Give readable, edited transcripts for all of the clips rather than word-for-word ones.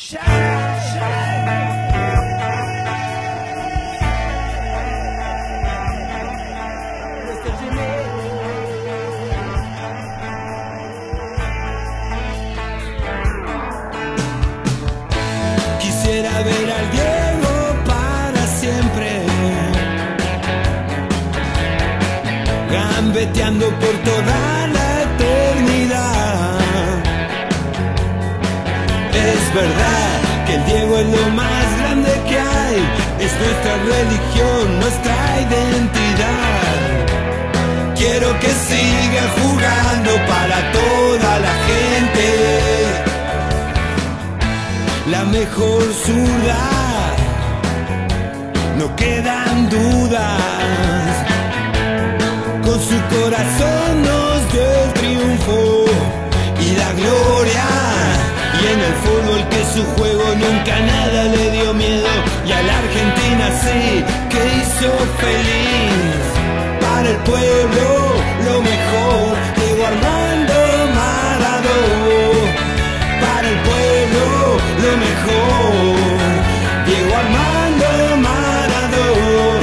Quisiera ver al Diego para siempre, gambeteando por toda la eternidad. Es verdad que el Diego es lo más grande que hay, es nuestra religión, nuestra identidad. Quiero que siga jugando para toda la gente, la mejor zurda, no quedan dudas. Con su corazón nos dio el triunfo y la gloria. Y en el fútbol que su juego nunca nada le dio miedo. Y a la Argentina sí que hizo feliz. Para el pueblo lo mejor, Diego Armando Maradona. Para el pueblo lo mejor, Diego Armando Maradona.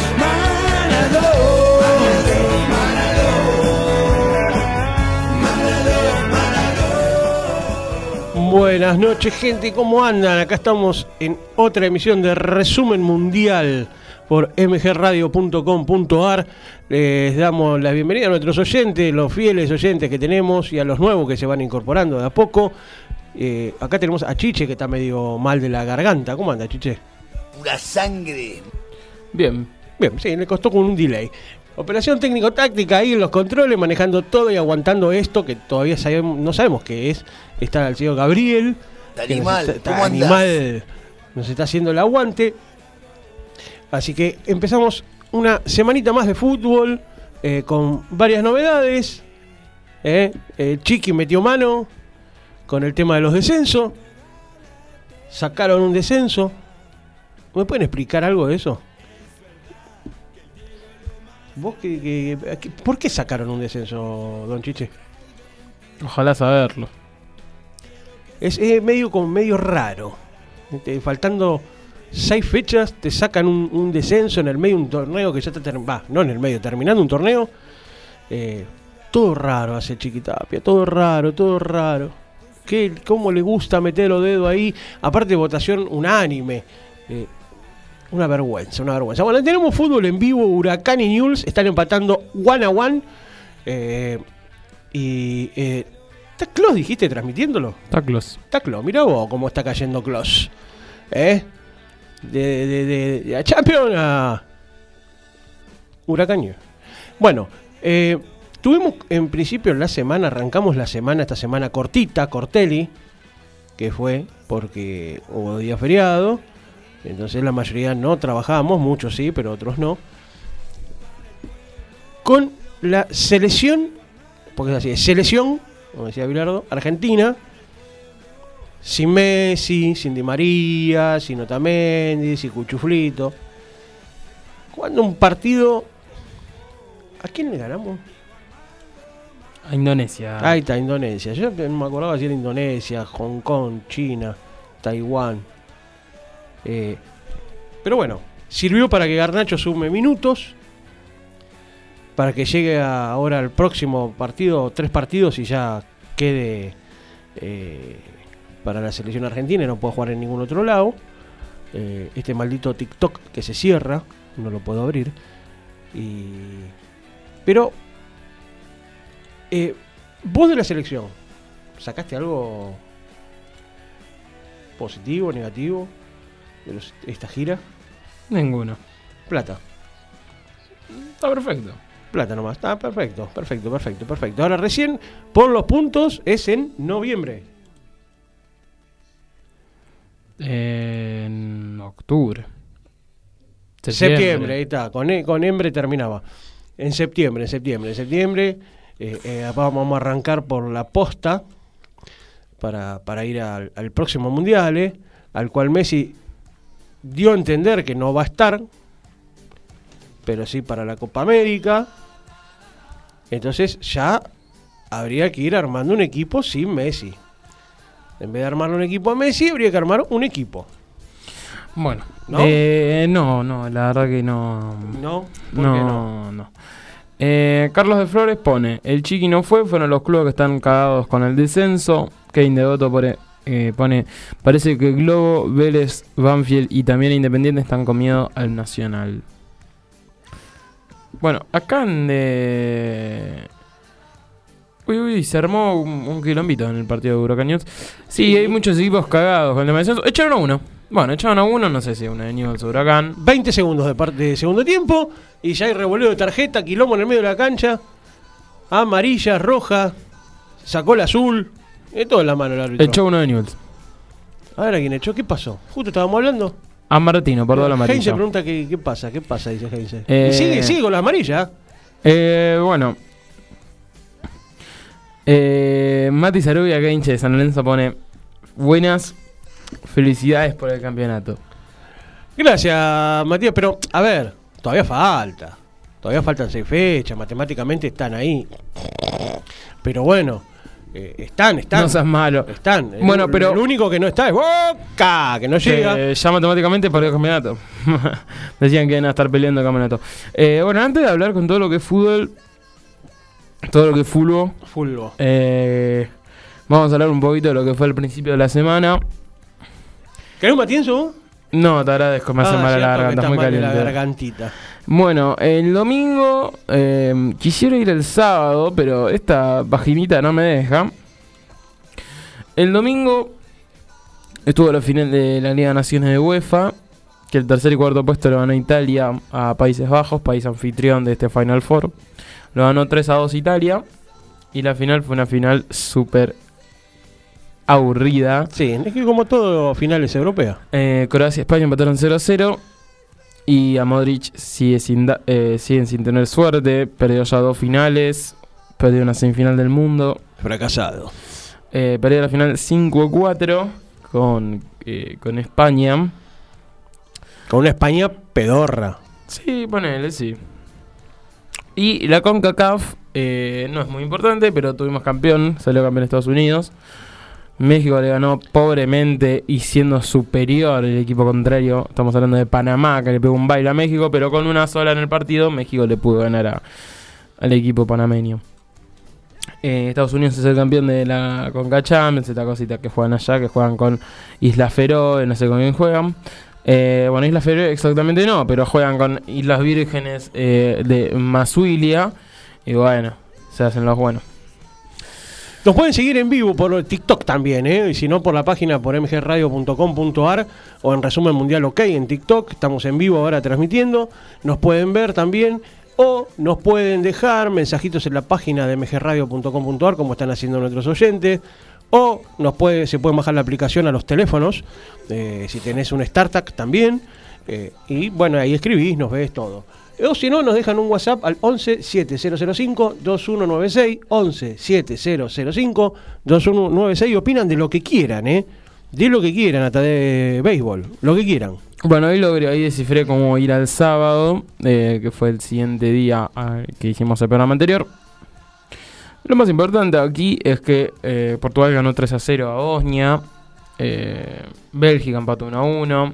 Buenas noches, gente, ¿cómo andan? Acá estamos en otra emisión de Resumen Mundial por mgradio.com.ar. Les damos la bienvenida a nuestros oyentes, los fieles oyentes que tenemos y a los nuevos que se van incorporando de a poco. Acá tenemos a Chiche, que está medio mal de la garganta. ¿Cómo anda, Chiche? Pura sangre. Bien, sí, le costó con un delay. Operación técnico-táctica ahí en los controles, manejando todo y aguantando esto que todavía no sabemos qué es. Está el señor Gabriel, Animal, nos está haciendo el aguante. Así que empezamos una semanita más de fútbol con varias novedades. Chiqui metió mano con el tema de los descensos. Sacaron un descenso. ¿Me pueden explicar algo de eso? ¿Vos por qué sacaron un descenso, don Chiche? Ojalá saberlo. Es medio raro. Faltando 6 fechas, te sacan un descenso en el medio de un torneo que ya está terminando un torneo. Todo raro hace Chiquitapia, todo raro. ¿Cómo le gusta meter los dedos ahí? Aparte, votación unánime. Una vergüenza. Bueno, tenemos fútbol en vivo. Huracán y Newell's están empatando 1-1. ¿Está Clos, dijiste, transmitiéndolo? Está Clos. Mirá vos cómo está cayendo Clos. De Champions a Huracán. Bueno, tuvimos en principio arrancamos esta semana cortita, Cortelli, que fue porque hubo día feriado. Entonces la mayoría no trabajábamos, muchos sí, pero otros no. Con la selección, porque es así, selección, como decía Bilardo, Argentina, sin Messi, sin Di María, sin Otamendi, sin Cuchuflito. Jugando un partido, ¿a quién le ganamos? A Indonesia. Ahí está, Indonesia. Yo no me acordaba si era Indonesia, Hong Kong, China, Taiwán. Pero bueno, sirvió para que Garnacho sume minutos, para que llegue ahora al próximo partido, 3 partidos y ya quede para la selección argentina y no puede jugar en ningún otro lado. Este maldito TikTok que se cierra, no lo puedo abrir. Pero vos de la selección, ¿sacaste algo positivo, negativo de esta gira? Ninguno. Plata. Está perfecto. Plata nomás. Está perfecto. Ahora recién, por los puntos, es en noviembre. En octubre. Septiembre, ahí está. Con Embre terminaba. En septiembre. Vamos a arrancar por la posta para ir al próximo mundial, al cual Messi dio a entender que no va a estar, pero sí para la Copa América. Entonces ya habría que ir armando un equipo sin Messi. En vez de armarle un equipo a Messi, habría que armar un equipo. Bueno, ¿No? No, la verdad que no. ¿No? ¿Por qué no? No. Carlos de Flores pone: el Chiqui no fueron los clubes que están cagados con el descenso. Kevin Devoto pone: parece que Globo, Vélez, Banfield y también Independiente están con miedo al Nacional. Bueno, acá Uy, se armó un quilombito en el partido de Huracán News. Sí, hay muchos equipos cagados con el tema de descenso. Echaron a uno. Bueno, echaron a uno, no sé si uno de Newell's o Huracán. 20 segundos de parte de segundo tiempo y ya hay revoleo de tarjeta, quilombo en el medio de la cancha. Amarilla, roja, sacó el azul. Todo en la mano el árbitro. Echó uno de Newell's. A ver a quién echó, ¿qué pasó? Justo estábamos hablando. A Martino, por 2 la amarilla. Heinze pregunta qué pasa, dice Heinze. Y sigue con la amarilla. Bueno. Mati Sarubia, que hincha de San Lorenzo, pone: buenas, felicidades por el campeonato. Gracias, Matías, pero a ver, todavía faltan 6 fechas, matemáticamente están ahí. Pero bueno, están. No seas malo. Están. Bueno, pero el único que no está es Boca, que no llega. Ya matemáticamente perdió el campeonato. Decían que iban a estar peleando el campeonato. Bueno, antes de hablar con todo lo que es fútbol, todo lo que es fútbol, vamos a hablar un poquito de lo que fue el principio de la semana. ¿Querés un matienzo? No, te agradezco, me hace mal la garganta, es muy caliente. La gargantita. Bueno, el domingo quisiera ir el sábado, pero esta paginita no me deja. El domingo estuvo la final de la Liga de Naciones de UEFA, que el tercer y cuarto puesto lo ganó Italia a Países Bajos, país anfitrión de este Final Four. Lo ganó 3-2 Italia. Y la final fue una final súper aburrida. Sí, es que como todo finales europeas. Croacia y España empataron 0-0. Y a Modric siguen sin tener suerte. Perdió ya 2 finales. Perdió una semifinal del mundo. Fracasado. Perdió la final 5-4 con España. Con una España pedorra. Sí, ponele, sí. Y la CONCACAF no es muy importante, pero tuvimos campeón, salió campeón Estados Unidos. México le ganó pobremente y siendo superior el equipo contrario. Estamos hablando de Panamá, que le pegó un baile a México, pero con una sola en el partido, México le pudo ganar al equipo panameño. Estados Unidos es el campeón de la CONCACAF Champions, esta cosita que juegan allá, que juegan con Isla Feroe, no sé con quién juegan. Bueno, Islas Feroe exactamente no, pero juegan con Islas Vírgenes de Masuilia. Y bueno, se hacen los buenos. Nos pueden seguir en vivo por TikTok también, y si no por la página por mgradio.com.ar o en Resumen Mundial OK en TikTok. Estamos en vivo ahora transmitiendo. Nos pueden ver también o nos pueden dejar mensajitos en la página de mgradio.com.ar como están haciendo nuestros oyentes. O se pueden bajar la aplicación a los teléfonos, si tenés un StarTAC también, y bueno, ahí escribís, nos ves todo. O si no, nos dejan un WhatsApp al 11 7005 2196, 11 7005 2196, y opinan de lo que quieran, de lo que quieran, hasta de béisbol, lo que quieran. Bueno, ahí descifré cómo ir al sábado, que fue el siguiente día que hicimos el programa anterior. Lo más importante aquí es que Portugal ganó 3-0 a Bosnia, Bélgica empató 1-1.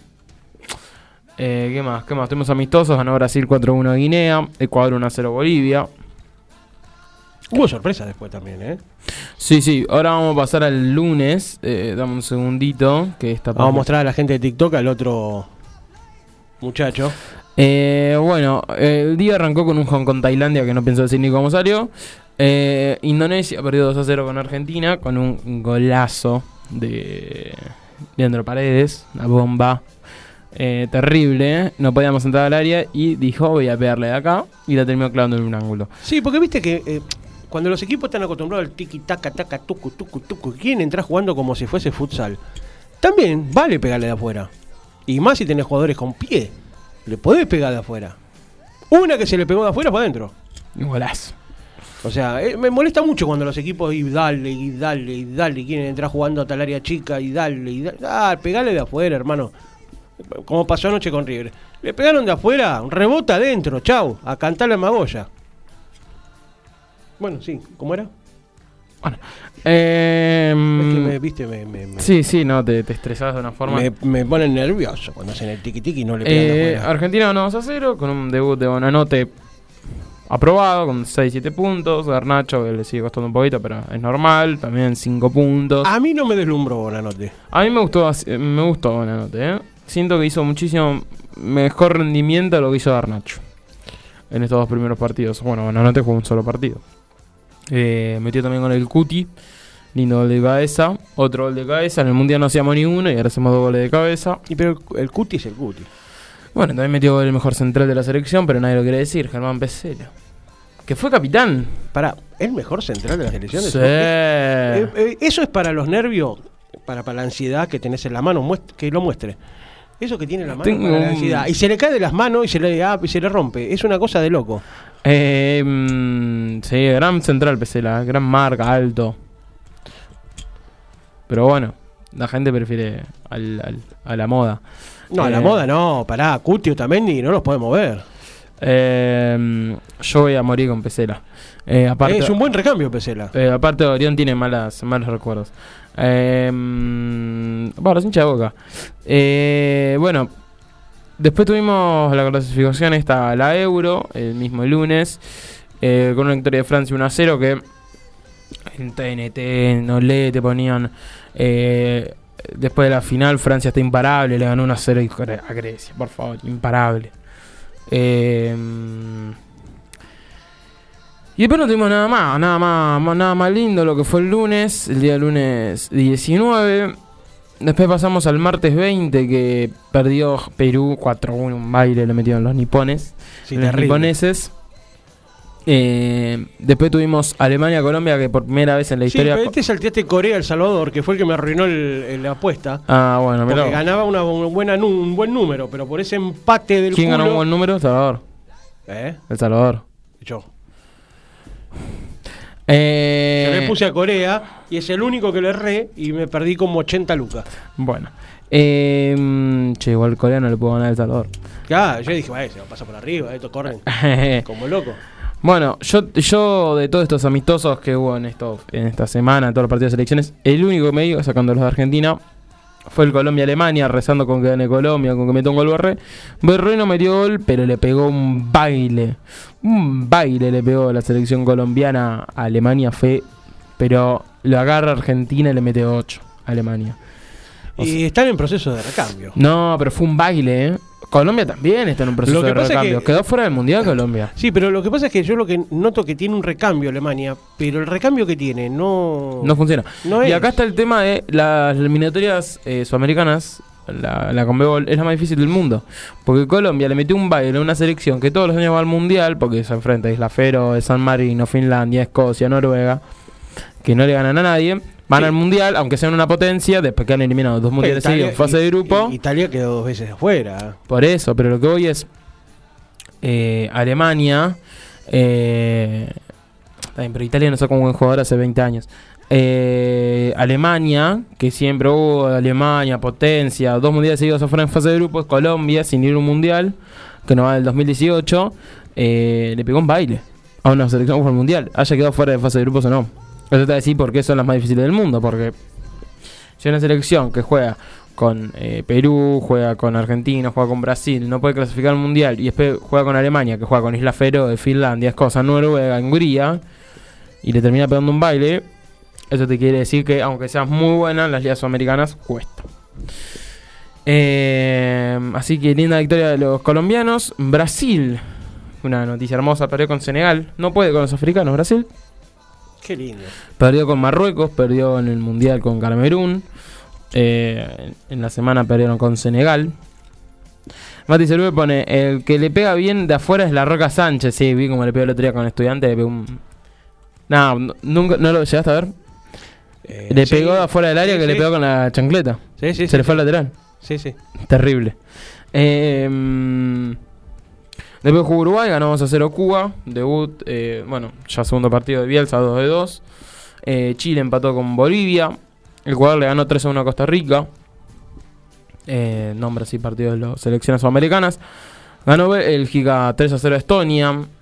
¿Qué más? Tuvimos amistosos, ganó Brasil 4-1 a Guinea, Ecuador 1-0 a Bolivia. Hubo sorpresa después también, Sí, ahora vamos a pasar al lunes, dame un segundito. Vamos a mostrar a la gente de TikTok al otro muchacho. Bueno, el día arrancó con un Hong Kong-Tailandia que no pienso decir ni cómo salió. Indonesia perdió 2-0 con Argentina con un golazo de Leandro Paredes, una bomba terrible, no podíamos entrar al área y dijo voy a pegarle de acá y la terminó clavando en un ángulo. Sí, porque viste que cuando los equipos están acostumbrados al tiki taca taca tucu tucu tucu, quieren entrar jugando como si fuese futsal, también vale pegarle de afuera, y más si tenés jugadores con pie, le podés pegar de afuera. Una que se le pegó de afuera fue adentro. Un golazo. O sea, me molesta mucho cuando los equipos quieren entrar jugando hasta el área chica y dale. Pegale de afuera, hermano. Como pasó anoche con River. Le pegaron de afuera, rebota adentro, chau, a cantar la magolla. Bueno, sí, ¿cómo era? Bueno. Es que Sí, no, te estresás de una forma. me ponen nervioso cuando hacen el tiki-tiki y no le pegan afuera. Argentina 1-0 con un debut de Bonanote aprobado con 6-7 puntos. Garnacho, que le sigue costando un poquito, pero es normal. También 5 puntos. A mí no me deslumbró Bonanote. A mí me gustó Bonanote, Siento que hizo muchísimo mejor rendimiento de lo que hizo Garnacho en estos 2 primeros partidos. Bueno, Bonanote jugó un solo partido. Metió también con el Cuti. Lindo gol de cabeza. Otro gol de cabeza. En el Mundial no hacíamos ni uno y ahora hacemos 2 goles de cabeza. Pero el Cuti es el Cuti. Bueno, también metió el mejor central de la selección, pero nadie lo quiere decir. Germán Pesela, que fue capitán. ¿el mejor central de la selección? Sí. Eso es para los nervios, para la ansiedad que tenés en la mano, que lo muestre. Eso que tiene en la mano para la ansiedad. Y se le cae de las manos y se le rompe. Es una cosa de loco. Sí, gran central Pesela, gran marca, alto. Pero bueno, la gente prefiere a la moda. No, a la moda no, pará, Cuti o Tamendi no los podemos ver. Yo voy a morir con Pesela. Aparte, es un buen recambio Pesela. Aparte Orión tiene malos recuerdos. Bueno, sin hincha de Boca. Bueno, después tuvimos la clasificación la Euro, el mismo lunes, con una victoria de Francia 1-0 que en TNT, en Olé te ponían... después de la final Francia está imparable, le ganó 1-0 a Grecia, por favor, imparable. Y después no tuvimos nada más lindo lo que fue el día lunes 19. Después pasamos al martes 20 que perdió Perú 4-1, un baile le metieron los nipones, los niponeses. Después tuvimos Alemania-Colombia, que por primera vez en la historia... Sí, pero salteaste Corea-El Salvador, que fue el que me arruinó la apuesta. Ah, bueno, porque ganaba un buen número, pero por ese empate del ¿Quién ganó un buen número? El Salvador. El Salvador. Yo le puse a Corea y es el único que le erré y me perdí como 80 lucas. Bueno. Igual Corea no le puedo ganar a El Salvador. Claro, yo dije, se va a pasar por arriba, estos corren como locos. Bueno, yo de todos estos amistosos que hubo en esta semana, en todos los partidos de selecciones, el único que me dio, sacando los de Argentina, fue el Colombia-Alemania, rezando con que gane Colombia, con que metió un gol Borré. Borré no metió gol, pero le pegó un baile. Un baile le pegó a la selección colombiana a Alemania, pero lo agarra Argentina y le mete 8 a Alemania. Y están en proceso de recambio. No, pero fue un baile, Colombia también está en un proceso de recambio. Quedó fuera del Mundial Colombia. Sí, pero lo que pasa es que yo lo que noto que tiene un recambio Alemania, pero el recambio que tiene no funciona. Y acá está el tema de las eliminatorias sudamericanas. La Conmebol es la más difícil del mundo, porque Colombia le metió un baile a una selección que todos los años va al Mundial, porque se enfrenta a Isla Fero, San Marino, Finlandia, Escocia, Noruega, que no le ganan a nadie. Van al Mundial, aunque sean una potencia, después que han eliminado 2 mundiales seguidos en fase de grupo. Italia quedó 2 veces afuera. Por eso, pero lo que voy es Alemania. Pero Italia no saca un buen jugador hace 20 años. Alemania, que siempre hubo Alemania, potencia, 2 mundiales seguidos afuera en fase de grupos. Colombia, sin ir a un mundial, que no va del 2018, le pegó un baile a una selección por el mundial, haya quedado fuera de fase de grupos o no. Eso te va a decir por qué son las más difíciles del mundo, porque si una selección que juega con Perú, juega con Argentina, juega con Brasil, no puede clasificar al mundial, y después juega con Alemania, que juega con Isla Fero, Finlandia, Escocia, Noruega, Hungría, y le termina pegando un baile, eso te quiere decir que aunque seas muy buena en las ligas sudamericanas, cuesta. Así que linda victoria de los colombianos. Brasil, una noticia hermosa, perdió con Senegal. No puede con los africanos Brasil. Qué lindo. Perdió con Marruecos, perdió en el Mundial con Camerún. En la semana perdieron con Senegal. Mati Cerube pone: el que le pega bien de afuera es la Roca Sánchez. Sí, vi como le pegó el otro día con Estudiante. Le pegó un... nunca, ¿no lo llegaste a ver? Le pegó de afuera del área, que le pegó con la chancleta. Se le fue al lateral. Sí. Terrible. Después jugó Uruguay, ganó 2-0 Cuba. Debut, ya segundo partido de Bielsa, 2-2. Chile empató con Bolivia. El Ecuador le ganó 3-1 a Costa Rica. Nombre así, partido de las selecciones sudamericanas. Ganó Bélgica 3-0 a Estonia.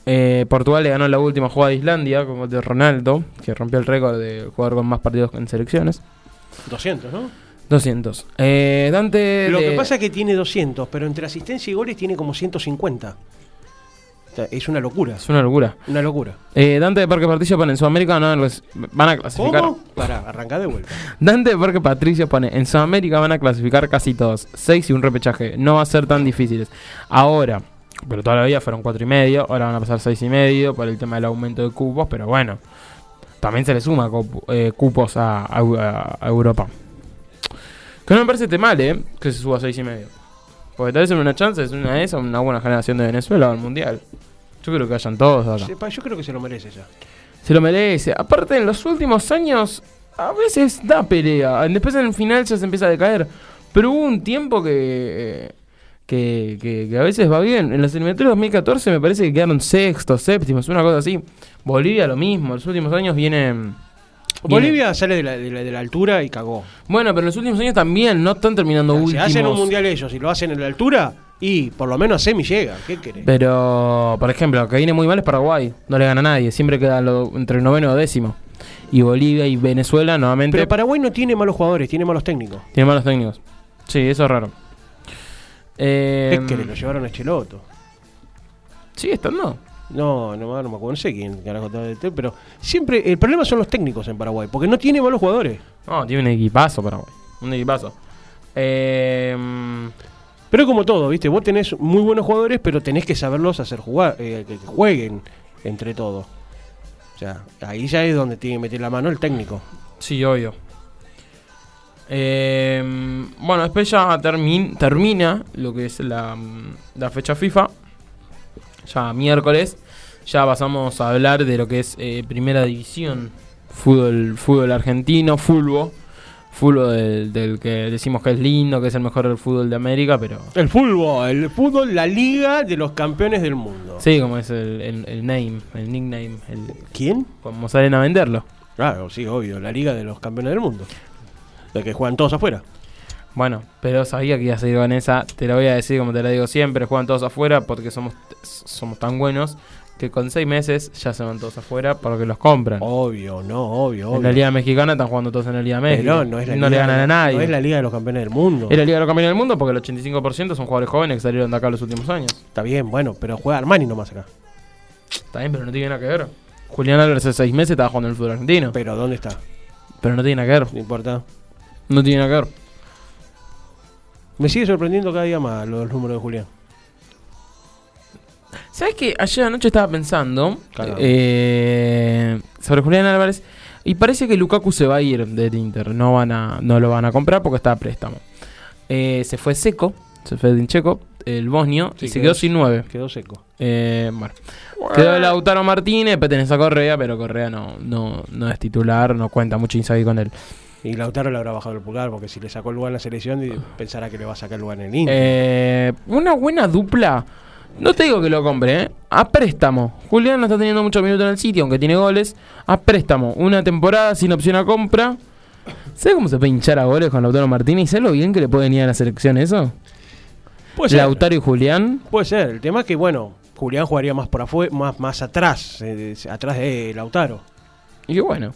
Portugal le ganó la última jugada a Islandia, como de Ronaldo, que rompió el récord de jugador con más partidos en selecciones. 200, ¿no? 200. Dante. Lo que pasa es que tiene 200, pero entre asistencia y goles tiene como 150. O sea, es una locura. Es una locura. Una locura. Dante de Parque Patricio pone en Sudamérica van a clasificar. ¿Cómo? Para arrancar de vuelta. Dante de Parque Patricio pone en Sudamérica van a clasificar casi todos. 6 y un repechaje. No va a ser tan difíciles. Ahora, pero todavía fueron 4,5. Ahora van a pasar 6,5 por el tema del aumento de cupos. Pero bueno, también se le suma cupos a Europa. Que no me parece mal, que se suba a 6,5. Porque tal vez es una chance, es una buena generación de Venezuela al mundial. Yo creo que vayan todos acá. Sepa, yo creo que se lo merece ya. Se lo merece. Aparte, en los últimos años, a veces da pelea. Después en el final ya se empieza a decaer. Pero hubo un tiempo que a veces va bien. En las eliminatorias de 2014 me parece que quedaron sextos, séptimos, una cosa así. Bolivia lo mismo. En los últimos años viene. Bolivia sale de la altura y cagó. Bueno, pero en los últimos años también no están terminando últimos. Si hacen un mundial ellos y lo hacen en la altura, y por lo menos a semi llega. ¿Qué querés? Pero, por ejemplo, lo que viene muy mal es Paraguay. No le gana a nadie. Siempre queda entre el 9º o 10º. Y Bolivia y Venezuela nuevamente. Pero Paraguay no tiene malos jugadores, tiene malos técnicos. Tiene malos técnicos. Sí, eso es raro. ¿Qué querés? Lo llevaron a Cheloto. ¿Sigue estando? No me acuerdo, no sé quién carajo está de pero siempre el problema son los técnicos en Paraguay, porque no tiene malos jugadores. No, tiene un equipazo Paraguay. Un equipazo. Pero es como todo, ¿viste? Vos tenés muy buenos jugadores, pero tenés que saberlos hacer jugar, que jueguen entre todos. O sea, ahí ya es donde tiene que meter la mano el técnico. Sí, obvio. Bueno, después ya termina lo que es la fecha FIFA. Ya miércoles. Ya pasamos a hablar de lo que es Primera División. Fútbol argentino, fútbol del que decimos que es lindo, que es el mejor del fútbol de América, pero... El fútbol, la liga de los campeones del mundo. Sí, como es el name, el nickname. ¿Quién? Como salen a venderlo. Claro, sí, obvio, la liga de los campeones del mundo. De que juegan todos afuera. Bueno, pero sabía que iba a seguir con esa. Te la voy a decir como te la digo siempre, juegan todos afuera porque somos tan buenos que con 6 meses ya se van todos afuera porque los compran. Obvio. En la Liga Mexicana están jugando todos en la Liga México. Pero no le ganan a nadie. No es la Liga de los Campeones del Mundo. Es la Liga de los Campeones del Mundo porque el 85% son jugadores jóvenes que salieron de acá los últimos años. Está bien, bueno, pero juega Armani nomás acá. Está bien, pero no tiene nada que ver. Julián Álvarez hace 6 meses estaba jugando en el fútbol argentino. Pero ¿dónde está? Pero no tiene nada que ver. No importa. No tiene nada que ver. Me sigue sorprendiendo cada día más los números de Julián. ¿Sabes qué? Ayer anoche estaba pensando sobre Julián Álvarez y parece que Lukaku se va a ir del Inter. No lo van a comprar porque está a préstamo. Se fue Seco, se fue Dincheco, el bosnio, sí, y se quedó sin 9. Quedó seco. Bueno. Quedó Lautaro Martínez, pertenece a Correa, pero Correa no es titular, no cuenta mucho Inzaghi con él. Y Lautaro le habrá bajado el pulgar porque si le sacó el lugar en la selección pensará que le va a sacar el lugar en el Inter. Una buena dupla. No te digo que lo compre, a préstamo. Julián no está teniendo muchos minutos en el sitio, aunque tiene goles. A préstamo. Una temporada sin opción a compra. ¿Sabes cómo se puede hinchar a goles con Lautaro Martínez? ¿Sabes lo bien que le puede venir a la selección eso? Puede ser. Lautaro y Julián. Puede ser. El tema es que, bueno, Julián jugaría más por afuera, más atrás, atrás de Lautaro. Y que bueno.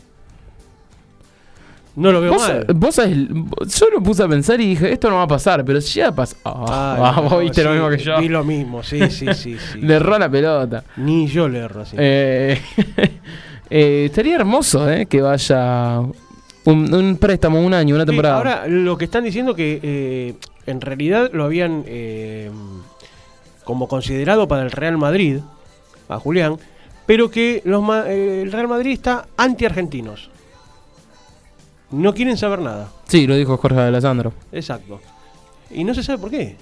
No lo veo mal. Vos sabés, yo lo puse a pensar y dije, esto no va a pasar, pero si ya pasa. Vos viste lo mismo que yo. Vi lo mismo, sí. Le erró la pelota. Ni yo le erro así. Estaría hermoso, que vaya un préstamo, un año, una temporada. Ahora, lo que están diciendo que en realidad lo habían como considerado para el Real Madrid, a Julián, pero que el Real Madrid está anti-argentinos. No quieren saber nada. Sí, lo dijo Jorge Alessandro. Exacto. Y no se sabe por qué.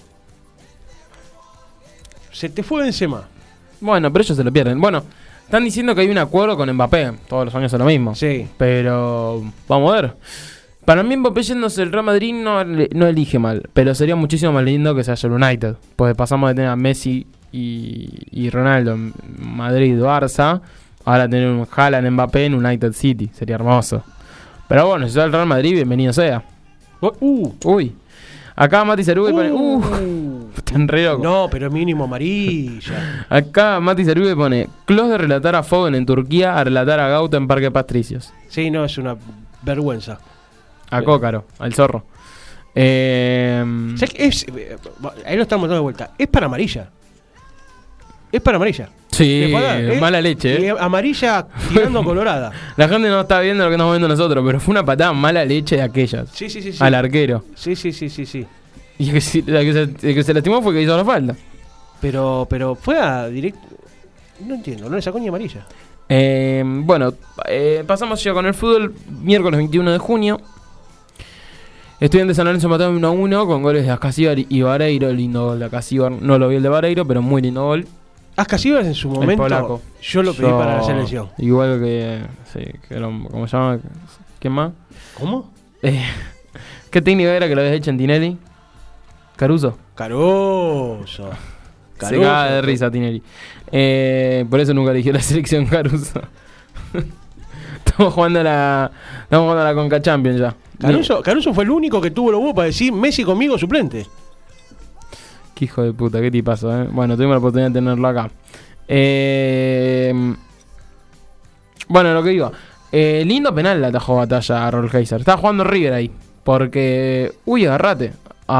Se te fue Benzema. Bueno, pero ellos se lo pierden. Bueno, están diciendo que hay un acuerdo con Mbappé. Todos los años es lo mismo. Sí. Pero vamos a ver. Para mí Mbappé yéndose el Real Madrid no elige mal. Pero sería muchísimo más lindo que se haya el United. Pues pasamos de tener a Messi y Ronaldo en Madrid, Barça. Ahora tener un Haaland, Mbappé en United City. Sería hermoso. Pero bueno, si sale el Real Madrid, bienvenido sea. Uy. Acá Mati Cerugui pone... Están re locos. No, pero mínimo amarilla. Acá Mati Cervibe pone: Clos de relatar a Foden en Turquía a relatar a Gauta en Parque Patricios. Sí, no, es una vergüenza. A Cócaro, al zorro. O sea, que ahí lo estamos dando de vuelta. Es para amarilla. Es para amarilla. Sí, Le pagan, mala leche. Y amarilla tirando colorada. La gente no está viendo lo que estamos viendo nosotros, pero fue una patada mala leche de aquellas. Sí. Al arquero. Sí. Y el que se lastimó fue que hizo la falta. Pero fue a directo. No entiendo, no le sacó ni amarilla. Bueno, pasamos ya con el fútbol. Miércoles 21 de junio. Estudiantes de San Lorenzo empataron 1-1 con goles de Ascasíbar y Vareiro. Lindo gol de Ascasíbar. No lo vi el de Vareiro, pero muy lindo gol. Ascasíbar en su momento polaco. yo lo pedí para la selección. Igual que... Sí, ¿cómo se llama? ¿Quién más? ¿Cómo? ¿Qué técnico era que lo habías hecho en Tinelli? Caruso. Caruso. Se caga de risa Tinelli. Por eso nunca eligió la selección Caruso. Estamos jugando a la Conca Champions ya. Caruso fue el único que tuvo los huevos para decir Messi conmigo suplente. Qué hijo de puta, qué tipazo, Bueno, tuvimos la oportunidad de tenerlo acá. Bueno, lo que iba. Lindo penal le atajó Batalla a Rollheiser. Estaba jugando River ahí. Porque... Uy, agarrate.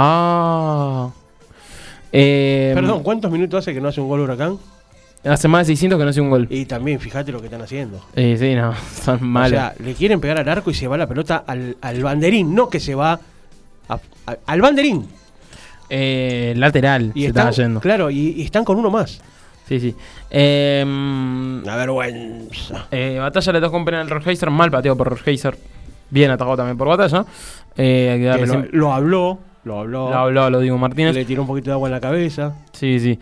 Perdón, ¿cuántos minutos hace que no hace un gol Huracán? Hace más de 600 que no hace un gol. Y también, fíjate lo que están haciendo. Sí, no, son malos. O sea, le quieren pegar al arco y se va la pelota al banderín. No que se va al banderín. Lateral Y se están, estaba yendo. claro, y están con uno más. Sí. Una vergüenza. Batalla le tocó un penal al Rollheiser. Mal pateado por Rollheiser. Bien atajado también por Batalla. Lo habló. Lo digo Martínez. Le tiró un poquito de agua en la cabeza. Sí.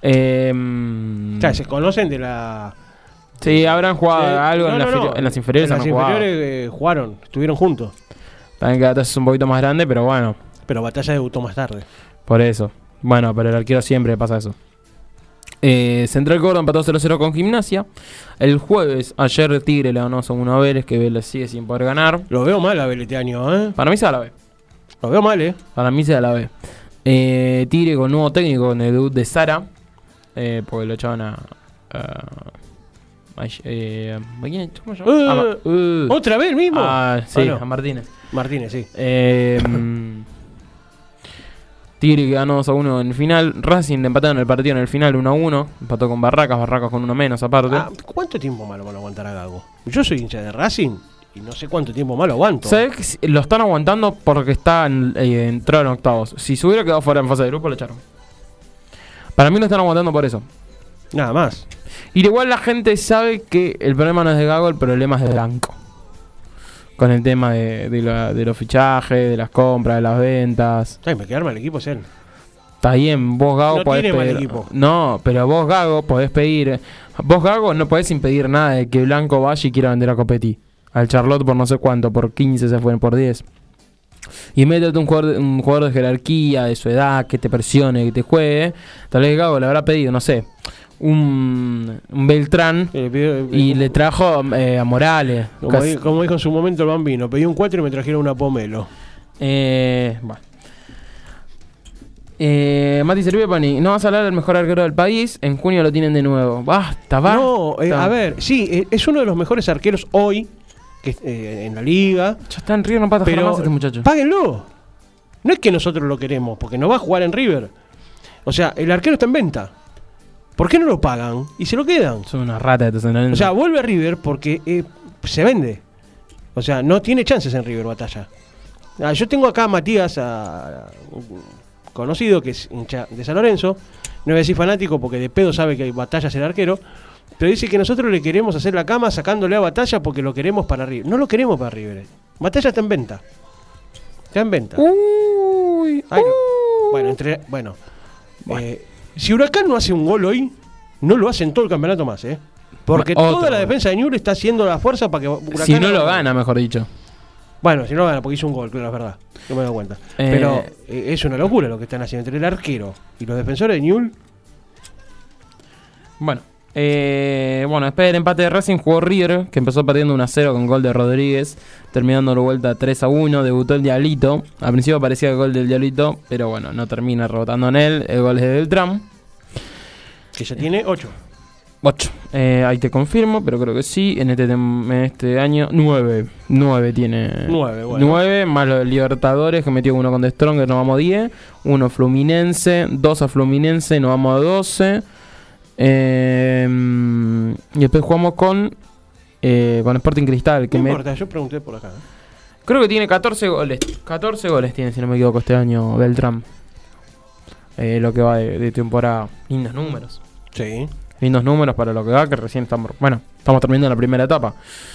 O sea, se conocen de la... Sí, habrán jugado algo en las inferiores. En las inferiores jugaron, estuvieron juntos. También que Batalla es un poquito más grande, pero bueno. Pero Batalla debutó más tarde. Por eso. Bueno, pero el arquero siempre pasa eso. Central Córdoba empató 0-0 con Gimnasia. El jueves, ayer Tigre le ganó 1 a Vélez, que Vélez sigue sin poder ganar. Lo veo mal a Vélez este año, Para mí se da la B. Lo veo mal, Para mí se da la B. Tigre con nuevo técnico, con el debut de Sara. Porque lo echaban a... ¿Cómo se llama? ¿Otra vez mismo? Sí, no. a Martínez. Martínez, sí. Tigre que ganó 2-1 en el final. Racing le empataron el partido en el final 1-1. Empató con Barracas con uno menos aparte. ¿Cuánto tiempo malo van a aguantar a Gago? Yo soy hincha de Racing y no sé cuánto tiempo malo aguanto. ¿Sabes que lo están aguantando porque entró en octavos? Si se hubiera quedado fuera en fase de grupo, lo echaron. Para mí lo están aguantando por eso. Nada más. Y igual la gente sabe que el problema no es de Gago, el problema es de Blanco. Con el tema de los fichajes, de las compras, de las ventas. Ay, me quedar mal equipo es él. Está bien, vos Gago no podés tiene pedir. mal equipo. No, pero vos Gago podés pedir. Vos Gago no podés impedir nada de que Blanco vaya y quiera vender a Copetti. Al Charlotte por no sé cuánto, por 15 se fueron, por 10. Y métete un jugador de jerarquía, de su edad, que te presione, que te juegue. Tal vez Gago le habrá pedido, no sé, un Beltrán y le trajo a Morales. Como dijo en su momento el Bambino, pedí un 4 y me trajeron una Pomelo. Bueno. Mati Cerviepani, no vas a hablar del mejor arquero del país. En junio lo tienen de nuevo. Basta. No, a ver, sí, es uno de los mejores arqueros hoy que en la liga. Ya está en River, no pasa más este muchacho. Páguenlo. No es que nosotros lo queremos, porque no va a jugar en River. O sea, el arquero está en venta. ¿Por qué no lo pagan? Y se lo quedan. Son una rata de San Lorenzo. O sea, vuelve a River porque se vende. O sea, no tiene chances en River Batalla. Yo tengo acá a Matías, conocido, que es hincha de San Lorenzo. No voy a decir fanático porque de pedo sabe que Batalla es el arquero. Pero dice que nosotros le queremos hacer la cama sacándole a Batalla porque lo queremos para River. No lo queremos para River. Batalla está en venta. Está en venta. Uy. Bueno. Si Huracán no hace un gol hoy, no lo hace en todo el campeonato más, Porque toda la defensa de Newell's está haciendo la fuerza para que Huracán... Si no lo gana, mejor dicho. Bueno, si no lo gana, porque hizo un gol, claro, es verdad. No me doy cuenta. Pero es una locura lo que están haciendo entre el arquero y los defensores de Newell's. Bueno, Bueno, después del empate de Racing jugó River, que empezó perdiendo 1-0 con gol de Rodríguez, terminando la vuelta 3-1, debutó el Diablito. Al principio parecía el gol del Diablito, pero bueno, no termina rebotando en él. El gol es de Beltrán. Que ya tiene 8. 8. Ahí te confirmo, pero creo que sí. En este año, 9. 9 tiene. 9, bueno. 9, más los Libertadores, que metió uno con The Strongest, nos vamos a 10. 1 Fluminense, 2 a Fluminense, nos vamos a 12. Y después jugamos con Sporting Cristal. Que No importa, yo pregunté por acá. Creo que tiene 14 goles. 14 goles tiene, si no me equivoco, este año Beltrán. Lo que va de temporada. Lindos números. Sí. Lindos números para lo que va, que recién estamos terminando la primera etapa.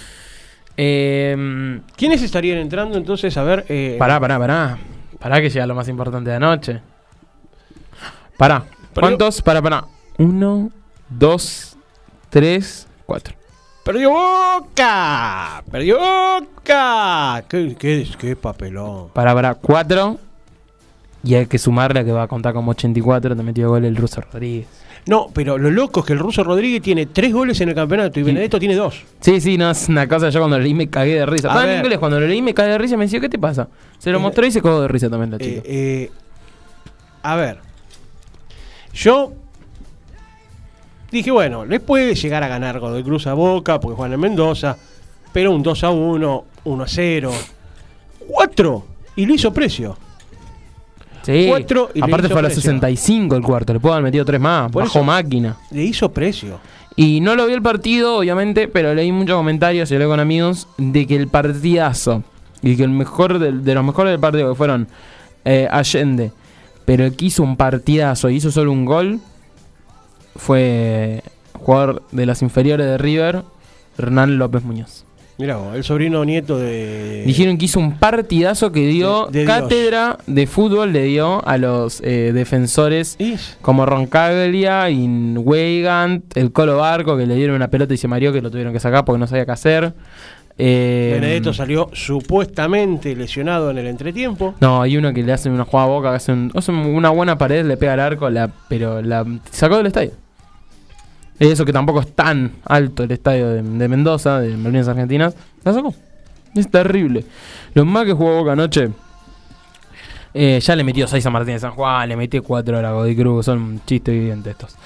¿Quiénes estarían entrando entonces? A ver. Pará, que llega lo más importante de anoche. Pará. ¿Cuántos? Pará. 1, 2, 3, 4. ¡Perdió Boca! ¡Perdió Boca! ¡Qué papelón! Pará, 4. Y hay que sumarle que va a contar como 84. Te metió gol el ruso Rodríguez. No, pero lo loco es que el ruso Rodríguez tiene 3 goles en el campeonato y Benedetto tiene 2. Sí, no, es una cosa. Yo cuando lo leí me cagué de risa. En inglés, cuando lo leí me cagué de risa y me decía, ¿qué te pasa? Se lo mostré y se cagó de risa también la chica. A ver. Yo dije, bueno, le puede llegar a ganar con el Cruz a Boca porque juegan en Mendoza, pero un 2-1, 1-0, 4 y lo hizo Precio. Sí, 4 y aparte fue a los Precio. 65 el cuarto, le puedo haber metido 3 más, Por bajo eso, máquina. Le hizo Precio. Y no lo vi el partido, obviamente, pero leí muchos comentarios y hablé con amigos de que el partidazo y que el mejor de los mejores del partido que fueron Allende, pero el que hizo un partidazo y hizo solo un gol fue jugador de las inferiores de River, Hernán López Muñoz. Mirá vos, el sobrino nieto de... Dijeron que hizo un partidazo que dio de cátedra de fútbol, le dio a los defensores como Roncaglia, Weigand, el Colo Barco, que le dieron una pelota y se mareó, que lo tuvieron que sacar porque no sabía qué hacer. Benedetto salió supuestamente lesionado en el entretiempo. No, hay uno que le hacen una jugada a Boca, que hace una buena pared, le pega al arco, pero la sacó del estadio. Eso que tampoco es tan alto el estadio de Mendoza, de Malvinas Argentinas, la sacó. Es terrible. Lo más que jugó Boca anoche, ya le metió 6 a Martínez San Juan, le metió 4 a la Godoy Cruz, son chistes vivientes estos.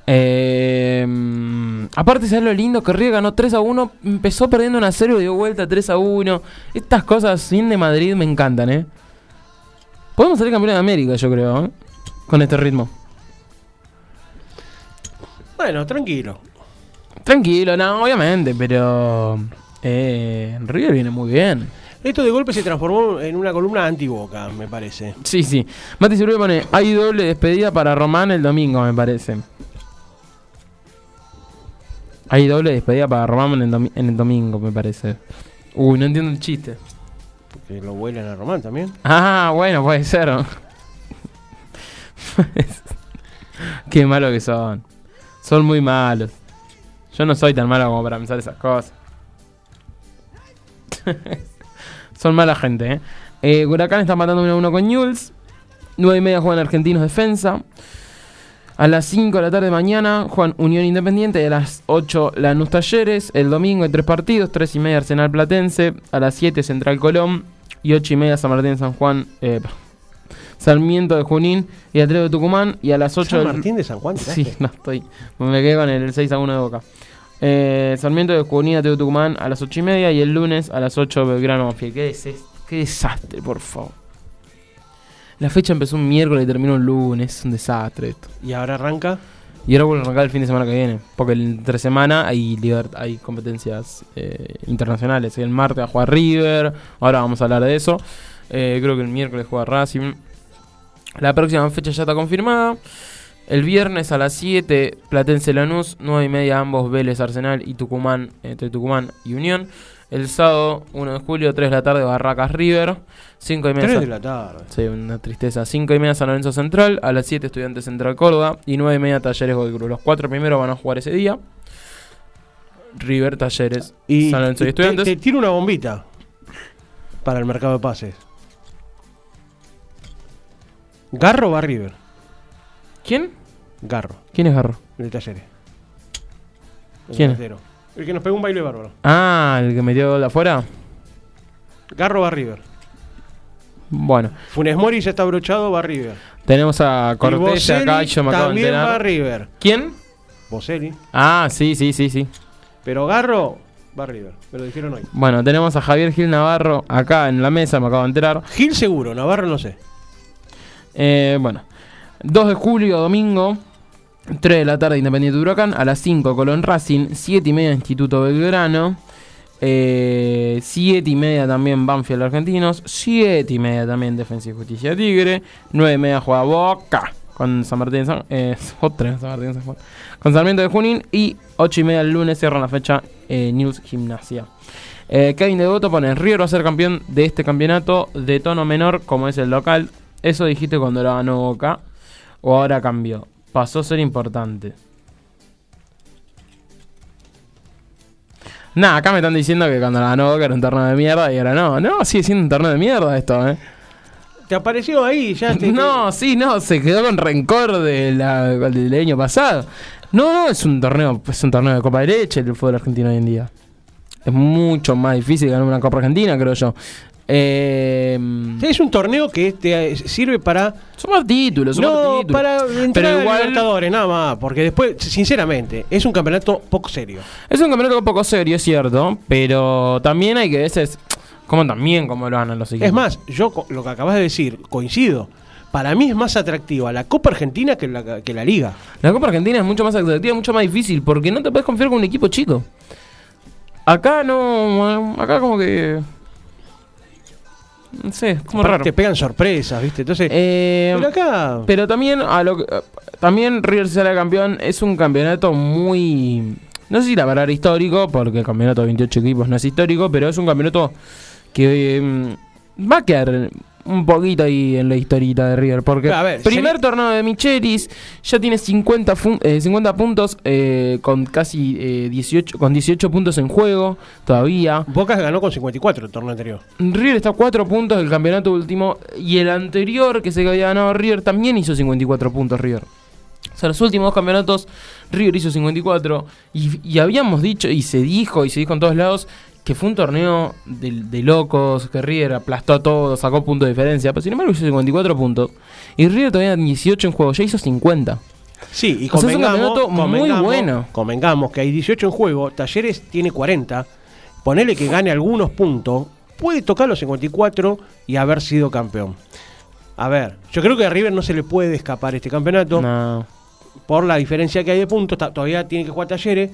Aparte, ¿sabes lo lindo? Que River ganó 3-1, empezó perdiendo 1-0 y dio vuelta 3-1. Estas cosas sin de Madrid me encantan, Podemos salir campeón de América, yo creo, con este ritmo. Bueno, tranquilo. Tranquilo, no, obviamente, pero River viene muy bien. Esto de golpe se transformó en una columna anti-Boca, me parece. Sí. Mati Silvio pone, hay doble despedida para Román el domingo, me parece. Hay doble despedida para Román en el domingo, me parece. Uy, no entiendo el chiste. Porque lo vuelan a Román también. Ah, bueno, puede ser. Qué malo que son. Son muy malos. Yo no soy tan malo como para pensar esas cosas. Son mala gente, Huracán está matando 1-1 con Newell's. 9:30 juegan Argentinos Defensa. A las 5 de la tarde mañana juegan Unión Independiente. Y a las 8 Lanús Talleres. El domingo hay 3 partidos. 3:30 Arsenal Platense. A las 7 Central Colón. Y 8:30 San Martín San Juan. Sarmiento de Junín y Atlético de Tucumán. Y a las 8 ¿San Martín de San Juan? Sí, no estoy. Me quedé con el 6-1 de Boca. Sarmiento de Junín, Atlético de Tucumán a las 8:30. Y el lunes a las 8 Belgrano Banfield. Qué desastre, por favor. La fecha empezó un miércoles y terminó un lunes. Es un desastre esto. ¿Y ahora arranca? Y ahora vuelve a arrancar el fin de semana que viene. Porque entre semana hay competencias internacionales. El martes va a jugar River. Ahora vamos a hablar de eso. Creo que el miércoles juega Racing. La próxima fecha ya está confirmada. El viernes a las 7, Platense Lanús. 9:30 ambos, Vélez Arsenal y Tucumán, entre Tucumán y Unión. El sábado 1 de julio, 3 de la tarde, Barracas River. 5:30 3 de la tarde. Sí, una tristeza. 5:30 San Lorenzo Central. A las 7 Estudiantes Central Córdoba. Y 9:30 Talleres Godoy Cruz. Los 4 primeros van a jugar ese día. River, Talleres, San Lorenzo y Estudiantes. Te tiro una bombita para el mercado de pases. ¿Garro va a River? ¿Quién? Garro, ¿Quién es Garro? de Talleres. ¿Quién? delantero. El que nos pegó un baile bárbaro. Ah, el que metió gol de afuera. Garro va a River. Bueno, Funes Mori ya está abrochado, va a River. tenemos a Y Cortés Boselli acá y yo me acabo de también va a enterar. River. ¿Quién? Boselli. Ah, sí. Pero Garro va a River. Me lo dijeron hoy. Bueno, tenemos a Javier Gil Navarro acá en la mesa, me acabo de enterar. Gil seguro, Navarro no sé. Bueno, 2 de julio, domingo, 3 de la tarde, Independiente Huracán. A las 5, Colón Racing. 7:30, Instituto Belgrano. 7:30 también, Banfield Argentinos. 7:30 también, Defensa y Justicia Tigre. 9:30 juega Boca con San Martín otra vez San Martín San Juan, con Sarmiento de Junín. Y 8:30 el lunes cierran la fecha News Gimnasia. Kevin Devoto pone: River va a ser campeón de este campeonato de tono menor como es el local. Eso dijiste cuando lo ganó Boca. O ahora cambió. Pasó a ser importante. Nah, acá me están diciendo que cuando la ganó Boca era un torneo de mierda. Y ahora no, sigue siendo un torneo de mierda esto, ¿Te apareció ahí? Ya No, se quedó con rencor del año pasado. No, es un torneo de Copa de Leche el fútbol argentino hoy en día. Es mucho más difícil ganar una Copa Argentina, creo yo. Es un torneo que te sirve para... Sumar títulos. Para entrar Pero a igual, Libertadores, nada más. Porque después, sinceramente, es un campeonato poco serio. es un campeonato poco serio, es cierto. Pero también hay que veces... Como lo ganan los equipos. Es más, yo lo que acabas de decir, coincido. Para mí es más atractiva la Copa Argentina que la Liga. La Copa Argentina es mucho más atractiva, mucho más difícil. Porque no te puedes confiar con un equipo chico. Acá no... Acá como que... No sé, como Aparte raro. te pegan sorpresas, ¿viste? Entonces, pero acá... Pero también también River se sale campeón. Es un campeonato muy... No sé si la palabra histórico, porque el campeonato de 28 equipos no es histórico, pero es un campeonato que va a quedar un poquito ahí en la historita de River. Porque primer torneo de Michelis, ya tiene 50 puntos con casi 18 puntos en juego todavía. Boca ganó con 54 el torneo anterior. River está a 4 puntos del campeonato último. Y el anterior que se había ganado River también hizo 54 puntos River. O sea, los últimos 2 campeonatos River hizo 54. Y habíamos dicho, y se dijo en todos lados, que fue un torneo de locos, que River aplastó a todos, sacó puntos de diferencia. Pero sin embargo hizo 54 puntos. Y River todavía tiene 18 en juego, ya hizo 50. Sí, y es un campeonato muy bueno. Convengamos que hay 18 en juego, Talleres tiene 40. Ponele que gane algunos puntos, puede tocar los 54 y haber sido campeón. A ver, yo creo que a River no se le puede escapar este campeonato. No. Por la diferencia que hay de puntos, todavía tiene que jugar Talleres.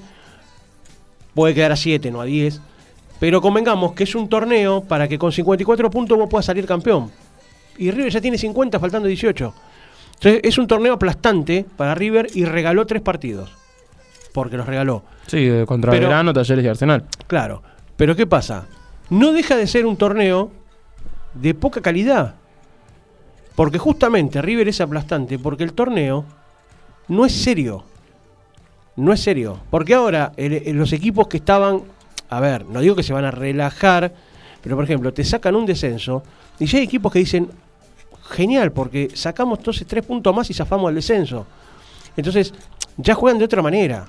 Puede quedar a 7, no a 10. Pero convengamos que es un torneo para que con 54 puntos vos puedas salir campeón. Y River ya tiene 50, faltando 18. Entonces es un torneo aplastante para River y regaló 3 partidos. Porque los regaló. Sí, contra Belgrano, Talleres y Arsenal. Claro. Pero ¿qué pasa? No deja de ser un torneo de poca calidad. Porque justamente River es aplastante porque el torneo no es serio. No es serio. Porque ahora los equipos que estaban... A ver, no digo que se van a relajar, pero por ejemplo, te sacan un descenso y ya hay equipos que dicen, genial, porque sacamos entonces 3 puntos más y zafamos al descenso. Entonces, ya juegan de otra manera.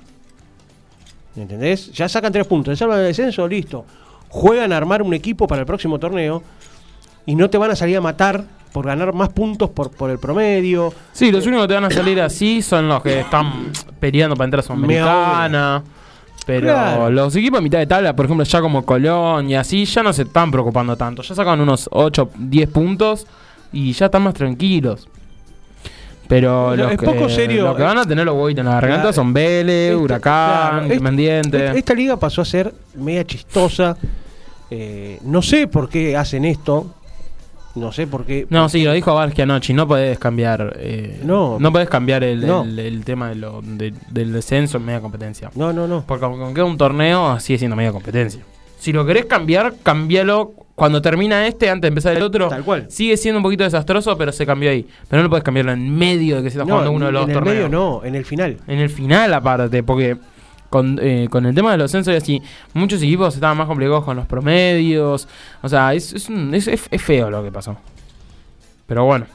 ¿Entendés? Ya sacan 3 puntos, se salvan del descenso, listo. Juegan a armar un equipo para el próximo torneo y no te van a salir a matar por ganar más puntos por el promedio. Sí, los únicos que te van a salir así son los que están peleando para entrar a Sudamericana. Pero claro, los equipos a mitad de tabla, por ejemplo, ya como Colón y así, ya no se están preocupando tanto. Ya sacan unos 8, 10 puntos y ya están más tranquilos. Pero los que van a tener los huevitos en la garganta son Vélez, Huracán, Independiente. Esta liga pasó a ser media chistosa. No sé por qué hacen esto. No sé por qué. No, sí, lo dijo Varsky anoche. No podés cambiar. No podés cambiar el tema del descenso en media competencia. No. Porque aunque es un torneo, sigue siendo media competencia. Si lo querés cambiar, cambialo cuando termina antes de empezar el otro. Tal cual. Sigue siendo un poquito desastroso, pero se cambió ahí. Pero no lo podés cambiarlo en medio de que se está jugando uno de los torneos. En el medio no, en el final. En el final aparte, porque con el tema de los censos y así, muchos equipos estaban más complicados con los promedios. O sea, es feo lo que pasó. Pero bueno.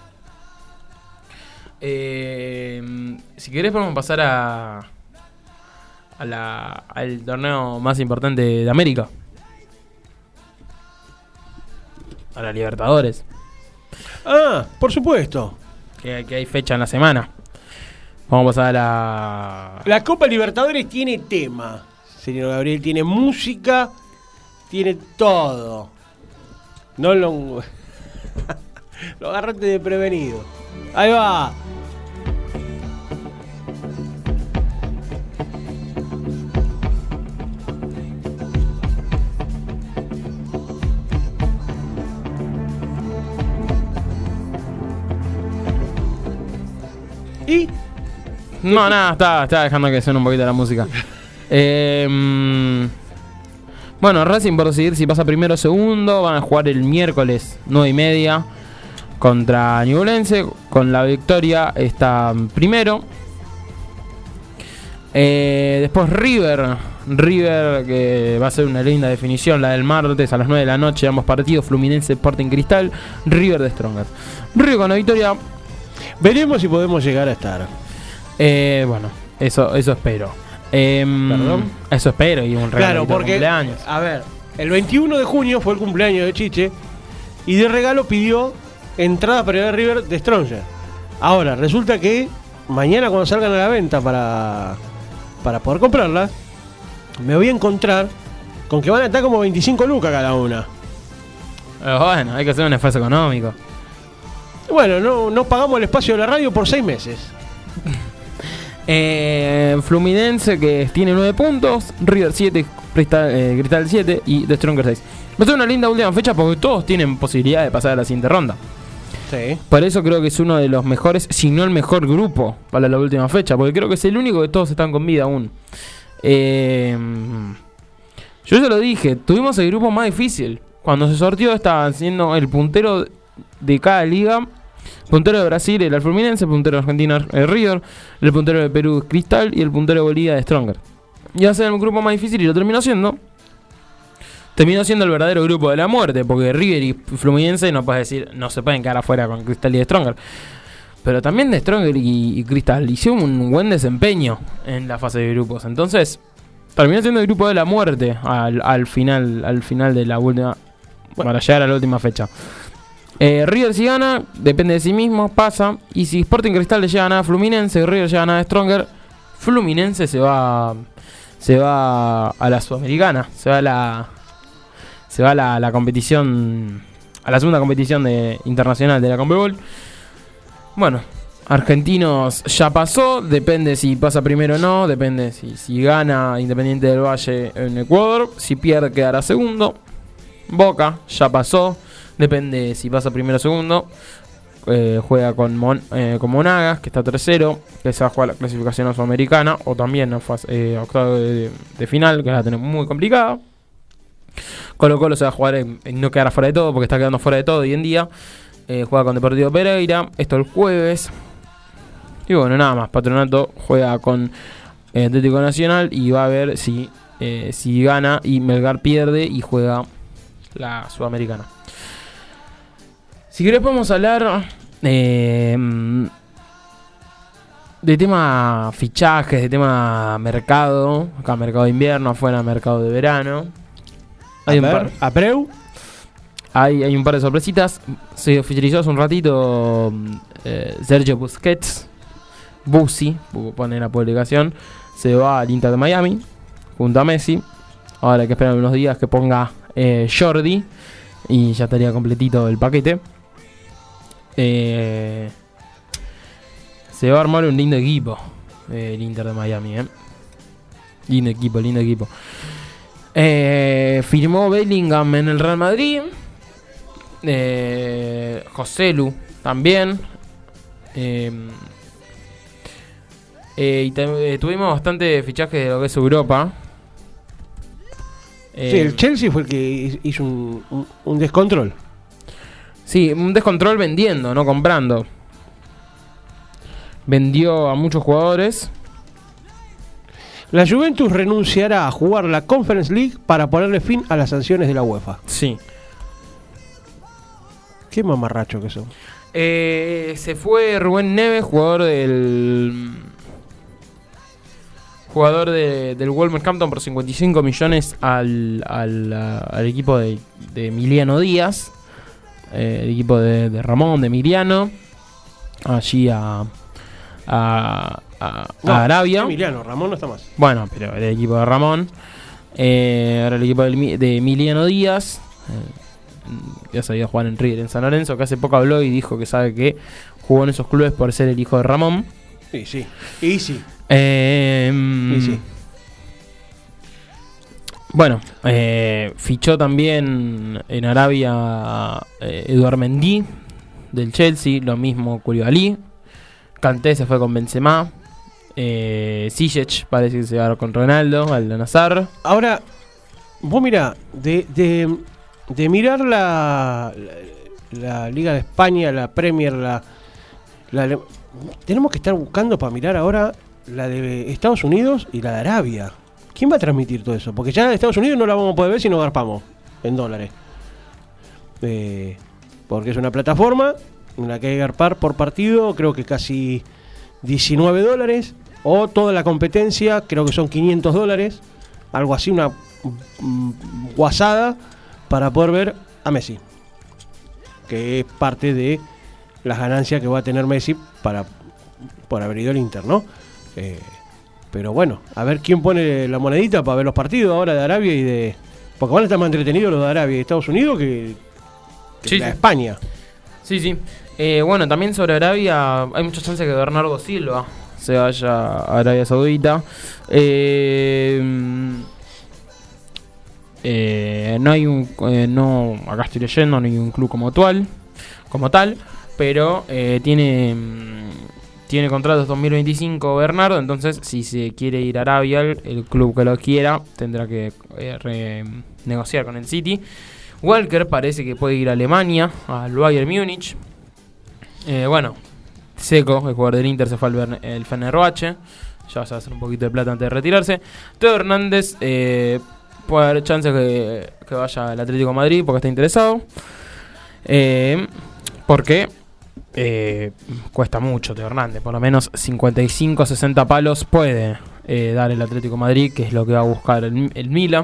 Si querés podemos pasar al torneo más importante de América. A la Libertadores. Ah, por supuesto. Que hay fecha en la semana. Vamos a pasar a La Copa Libertadores tiene tema, señor Gabriel. Tiene música, tiene todo. No lo... lo agarraste de prevenido. Ahí va. ¿Y? No, nada, estaba dejando que suene un poquito la música. Bueno, Racing por decidir si pasa primero o segundo. Van a jugar el miércoles 9:30 contra Ñublense. Con la victoria está primero. Después River, que va a ser una linda definición, la del martes a las 9 de la noche. Ambos partidos, Fluminense, Sporting Cristal, River de Strongest. River con la victoria. Veremos si podemos llegar a estar. Bueno, eso espero. ¿Perdón? Eso espero y un regalo Claro, porque, de cumpleaños. a ver, el 21 de junio fue el cumpleaños de Chiche y de regalo pidió entradas para ir a River de Stronger. Ahora, resulta que mañana cuando salgan a la venta para poder comprarlas, me voy a encontrar con que van a estar como 25 lucas cada una. Bueno, hay que hacer un esfuerzo económico. Bueno, no pagamos el espacio de la radio por 6 meses. Fluminense que tiene 9 puntos, River 7, Cristal 7 y The Stronger 6. Va a ser una linda última fecha porque todos tienen posibilidad de pasar a la siguiente ronda. Sí. Por eso creo que es uno de los mejores, si no el mejor grupo para la última fecha, porque creo que es el único que todos están con vida aún. Yo ya lo dije, tuvimos el grupo más difícil. Cuando se sorteó estaban siendo el puntero de cada liga. Puntero de Brasil era el Fluminense, el puntero de Argentina el River, el puntero de Perú Cristal y el puntero de Bolivia de Stronger. Y va a ser el grupo más difícil y lo terminó siendo. Terminó siendo el verdadero grupo de la muerte, porque River y Fluminense no puedes decir, no se pueden quedar afuera con Cristal y de Stronger. Pero también de Stronger y Cristal hicieron un buen desempeño en la fase de grupos. Entonces, terminó siendo el grupo de la muerte al final de la última, para llegar a la última fecha. River si gana, depende de sí mismo, pasa. Y si Sporting Cristal le llega a nada a Fluminense, River llega a nada a Stronger, Fluminense se va a la Sudamericana, se va a la competición, a la segunda competición internacional de la Conmebol. Bueno, Argentinos ya pasó, depende si pasa primero o no, depende si gana Independiente del Valle en Ecuador, si pierde quedará segundo. Boca ya pasó, depende si pasa primero o segundo. Juega con Monagas, que está tercero, que se va a jugar la clasificación a Sudamericana, o también a octavo de final, que la tenemos muy complicada. Colo-Colo se va a jugar en no quedar fuera de todo, porque está quedando fuera de todo hoy en día. Juega con Deportivo Pereira, esto el jueves. Y bueno, nada más, Patronato juega con Atlético Nacional y va a ver si gana y Melgar pierde y juega la Sudamericana. Si querés podemos hablar de tema fichajes, de tema mercado. Acá mercado de invierno, afuera mercado de verano. Apreu. Hay un par de sorpresitas. Se oficializó hace un ratito Sergio Busquets. Bussi, pone la publicación. Se va al Inter de Miami junto a Messi. Ahora hay que esperar unos días que ponga Jordi y ya estaría completito el paquete. Se va a armar un lindo equipo el Inter de Miami. Lindo equipo. Firmó Bellingham en el Real Madrid. Joselu también. Y tuvimos bastante fichaje de lo que es Europa. Sí, el Chelsea fue el que hizo un descontrol. Sí, un descontrol vendiendo, no comprando. Vendió a muchos jugadores. La Juventus renunciará a jugar la Conference League para ponerle fin a las sanciones de la UEFA. Sí. Qué mamarracho que son. Se fue Rubén Neves, jugador jugador del Wolverhampton por 55 millones al equipo de Emiliano Díaz, el equipo de Ramón, de Emiliano, allí a Arabia. Emiliano, Ramón no está más. Bueno, pero el equipo de Ramón. Ahora el equipo de Emiliano Díaz, ya sabía jugar en River, en San Lorenzo, que hace poco habló y dijo que sabe que jugó en esos clubes por ser el hijo de Ramón. Sí, sí. Y sí. Y sí. Bueno, fichó también en Arabia Eduard Mendy del Chelsea, lo mismo Koulibaly. Kanté se fue con Benzema. Ziyech parece que se va con Ronaldo al Al-Nassr. Ahora, vos mirá, de mirar la Liga de España, la Premier, tenemos que estar buscando para mirar ahora la de Estados Unidos y la de Arabia. ¿Quién va a transmitir todo eso? Porque ya la de Estados Unidos no la vamos a poder ver si no garpamos en dólares. Porque es una plataforma en la que hay que garpar por partido, creo que casi $19. O toda la competencia, creo que son $500. Algo así, una guasada para poder ver a Messi. Que es parte de las ganancias que va a tener Messi por haber ido al Inter, ¿no? Pero bueno, a ver quién pone la monedita para ver los partidos ahora de Arabia y de... Porque van a estar más entretenidos los de Arabia y Estados Unidos que Sí, la de sí. España. Sí, sí. Bueno, también sobre Arabia, hay muchas chances que Bernardo Silva se vaya a Arabia Saudita. No hay un... acá estoy leyendo, no hay un club como tal, pero tiene contratos 2025 Bernardo, entonces si se quiere ir a Arabia, el club que lo quiera tendrá que negociar con el City. Walker parece que puede ir a Alemania, al Bayern Múnich. Bueno, Seco, el jugador del Inter, se fue al Fenerbahce. Ya se va a hacer un poquito de plata antes de retirarse. Teo Hernández, puede haber chances que vaya al Atlético de Madrid porque está interesado. Porque cuesta mucho Teo Hernández. Por lo menos 55-60 palos puede dar el Atlético de Madrid, que es lo que va a buscar el Milan.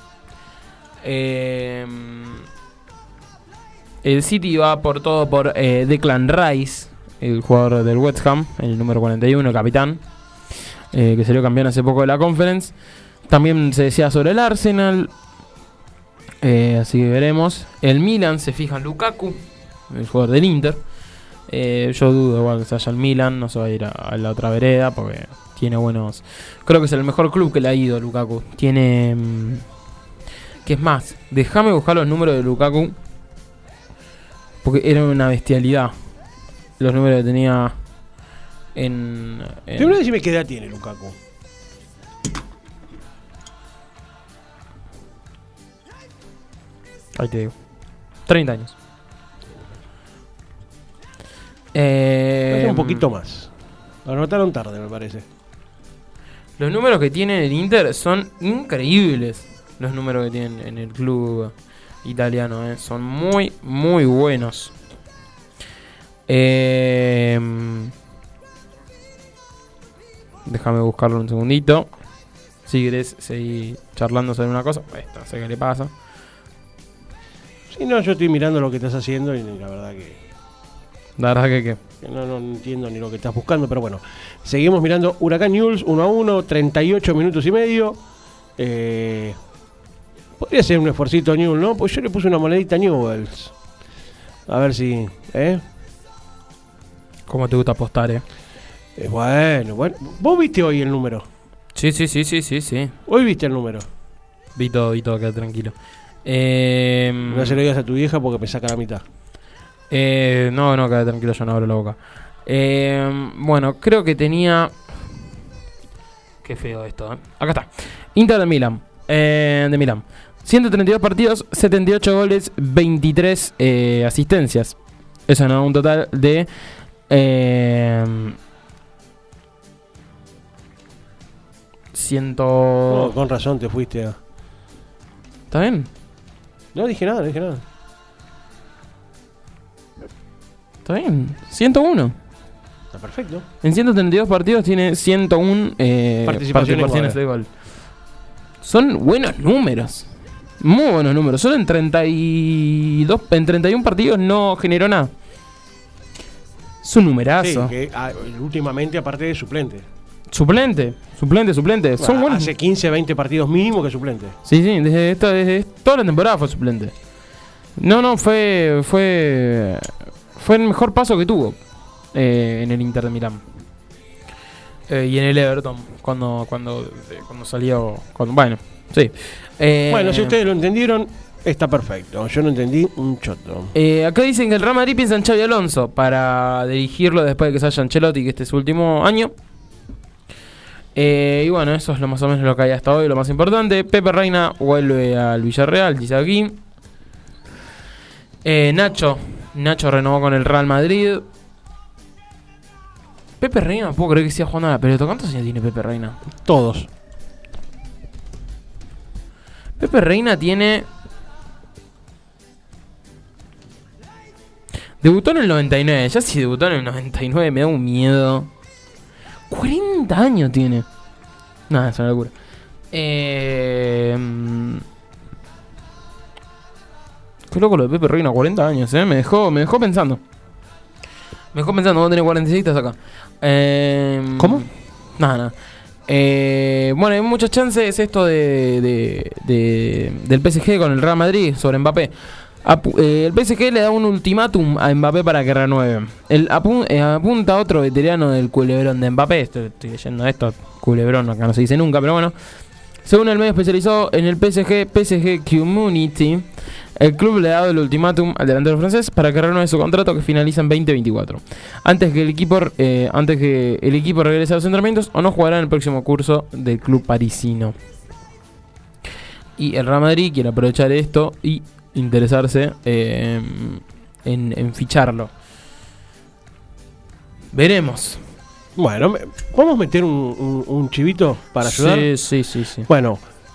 El City va por todo por Declan Rice, el jugador del West Ham, el número 41, el capitán, que salió campeón hace poco de la Conference. También se decía sobre el Arsenal, así que veremos. El Milan se fija en Lukaku, el jugador del Inter. Yo dudo igual que se vaya al Milan, no se va a ir a la otra vereda porque tiene buenos... Creo que es el mejor club que le ha ido Lukaku. Tiene... ¿Qué es más? Déjame buscar los números de Lukaku, porque era una bestialidad los números que tenía en... Primero decime qué edad tiene Lukaku. Ahí te digo. 30 años. Un poquito más. Lo anotaron tarde, me parece. Los números que tiene el Inter son increíbles. Los números que tienen en el club italiano, son muy, muy buenos. Déjame buscarlo un segundito. Si querés seguir charlando sobre una cosa, esto no sé qué le pasa. Sí, no, yo estoy mirando lo que estás haciendo y la verdad que... La verdad que no entiendo ni lo que estás buscando, pero bueno. Seguimos mirando Huracán Newell's 1-1, 38 minutos y medio. Podría ser un esfuercito Newell's, ¿no? Pues yo le puse una monedita a Newell's. A ver si... ¿Cómo te gusta apostar, Bueno. ¿Vos viste hoy el número? Sí. Hoy viste el número. Vi todo, queda tranquilo. No se lo digas a tu vieja porque me saca la mitad. No, queda tranquilo, yo no abro la boca. Bueno, creo que tenía... Qué feo esto, Acá está. Inter de Milán. 132 partidos, 78 goles, 23 asistencias. Eso nos da un total de... No, con razón te fuiste a... ¿Está bien? No dije nada. Está bien, 101. perfecto. En 132 partidos tiene 101 participaciones de gol. Son buenos números. Muy buenos números. Solo en 31 partidos no generó nada. Es un numerazo. Sí, que últimamente aparte de suplente. Suplente. Son buenos. Hace 15, 20 partidos mínimo que suplente. Sí, desde toda la temporada fue suplente. No, fue el mejor paso que tuvo en el Inter de Milán. Y en el Everton, cuando salió. Bueno, sí. Bueno, si ustedes lo entendieron, está perfecto. Yo no entendí un choto. Acá dicen que el Real Madrid piensa en Xabi Alonso para dirigirlo después de que se vaya Ancelotti, que este es su último año. Y bueno, eso es lo más o menos lo que hay hasta hoy, lo más importante. Pepe Reina vuelve al Villarreal, dice aquí. Nacho renovó con el Real Madrid. Pepe Reina, no puedo creer que siga jugando a la pelota. ¿Cuántos años tiene Pepe Reina? Todos. Pepe Reina tiene... Debutó en el 99. Ya si debutó en el 99 me da un miedo. 40 años tiene. Nada, es una locura. Qué loco lo de Pepe Reina, 40 años, Me dejó pensando. Vos tenés 46, estás acá. ¿Cómo? Nada. Bueno, hay muchas chances esto del PSG con el Real Madrid sobre Mbappé. El PSG le da un ultimátum a Mbappé para que renueve. Apunta a otro veterano del culebrón de Mbappé. Estoy leyendo esto, culebrón, acá no se dice nunca, pero bueno. Según el medio especializado en el PSG Community, el club le ha dado el ultimátum al delantero francés para que renueve su contrato que finaliza en 2024. Antes que el equipo regrese a los entrenamientos o no jugará en el próximo curso del club parisino. Y el Real Madrid quiere aprovechar esto y interesarse en ficharlo. Veremos. Bueno, ¿podemos meter un chivito para ayudar? Sí. Bueno,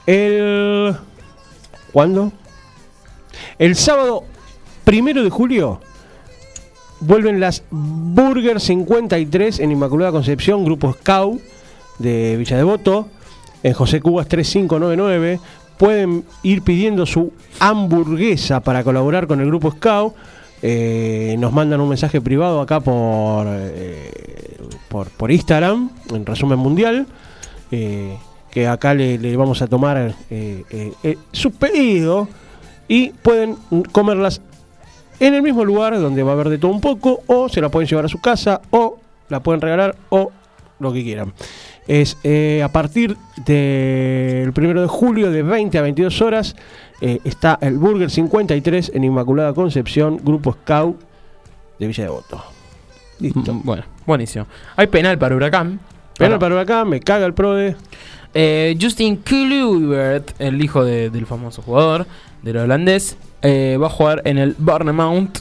¿cuándo? El sábado 1 de julio vuelven las Burger 53 en Inmaculada Concepción, Grupo Scout de Villa Devoto, en José Cubas 3599. Pueden ir pidiendo su hamburguesa para colaborar con el Grupo Scout. Nos mandan un mensaje privado acá por Instagram, en Resumen Mundial, que acá le vamos a tomar su pedido y pueden comerlas en el mismo lugar donde va a haber de todo un poco, o se la pueden llevar a su casa, o la pueden regalar, o lo que quieran. Es a partir del 1 de julio de 20 a 22 horas. Está el Burger 53 en Inmaculada Concepción, Grupo Scout de Villa Devoto. Listo. Bueno, buenísimo. Hay penal para Huracán. Para Huracán, me caga el prode. Justin Kluivert, el hijo del famoso jugador, del holandés, va a jugar en el Bournemouth.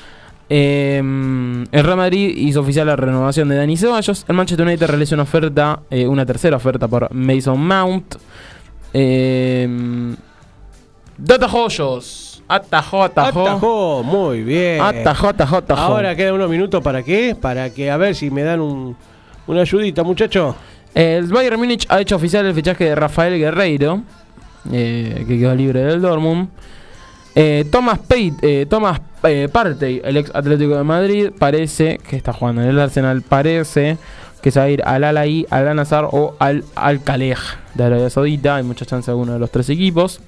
El Real Madrid hizo oficial la renovación de Dani Ceballos. El Manchester United realizó una tercera oferta por Mason Mount. Atajó, muy bien. Atajó. Ahora quedan unos minutos para qué, para que a ver si me dan una ayudita, muchachos. El Bayern Múnich ha hecho oficial el fichaje de Rafael Guerreiro, que quedó libre del Dortmund. Thomas Partey, el ex Atlético de Madrid, parece que está jugando en el Arsenal. Parece que se va a ir al Al-Ahly, al Al-Nassr o al Al-Khalej de Arabia Saudita. Hay mucha chance de alguno de los tres equipos.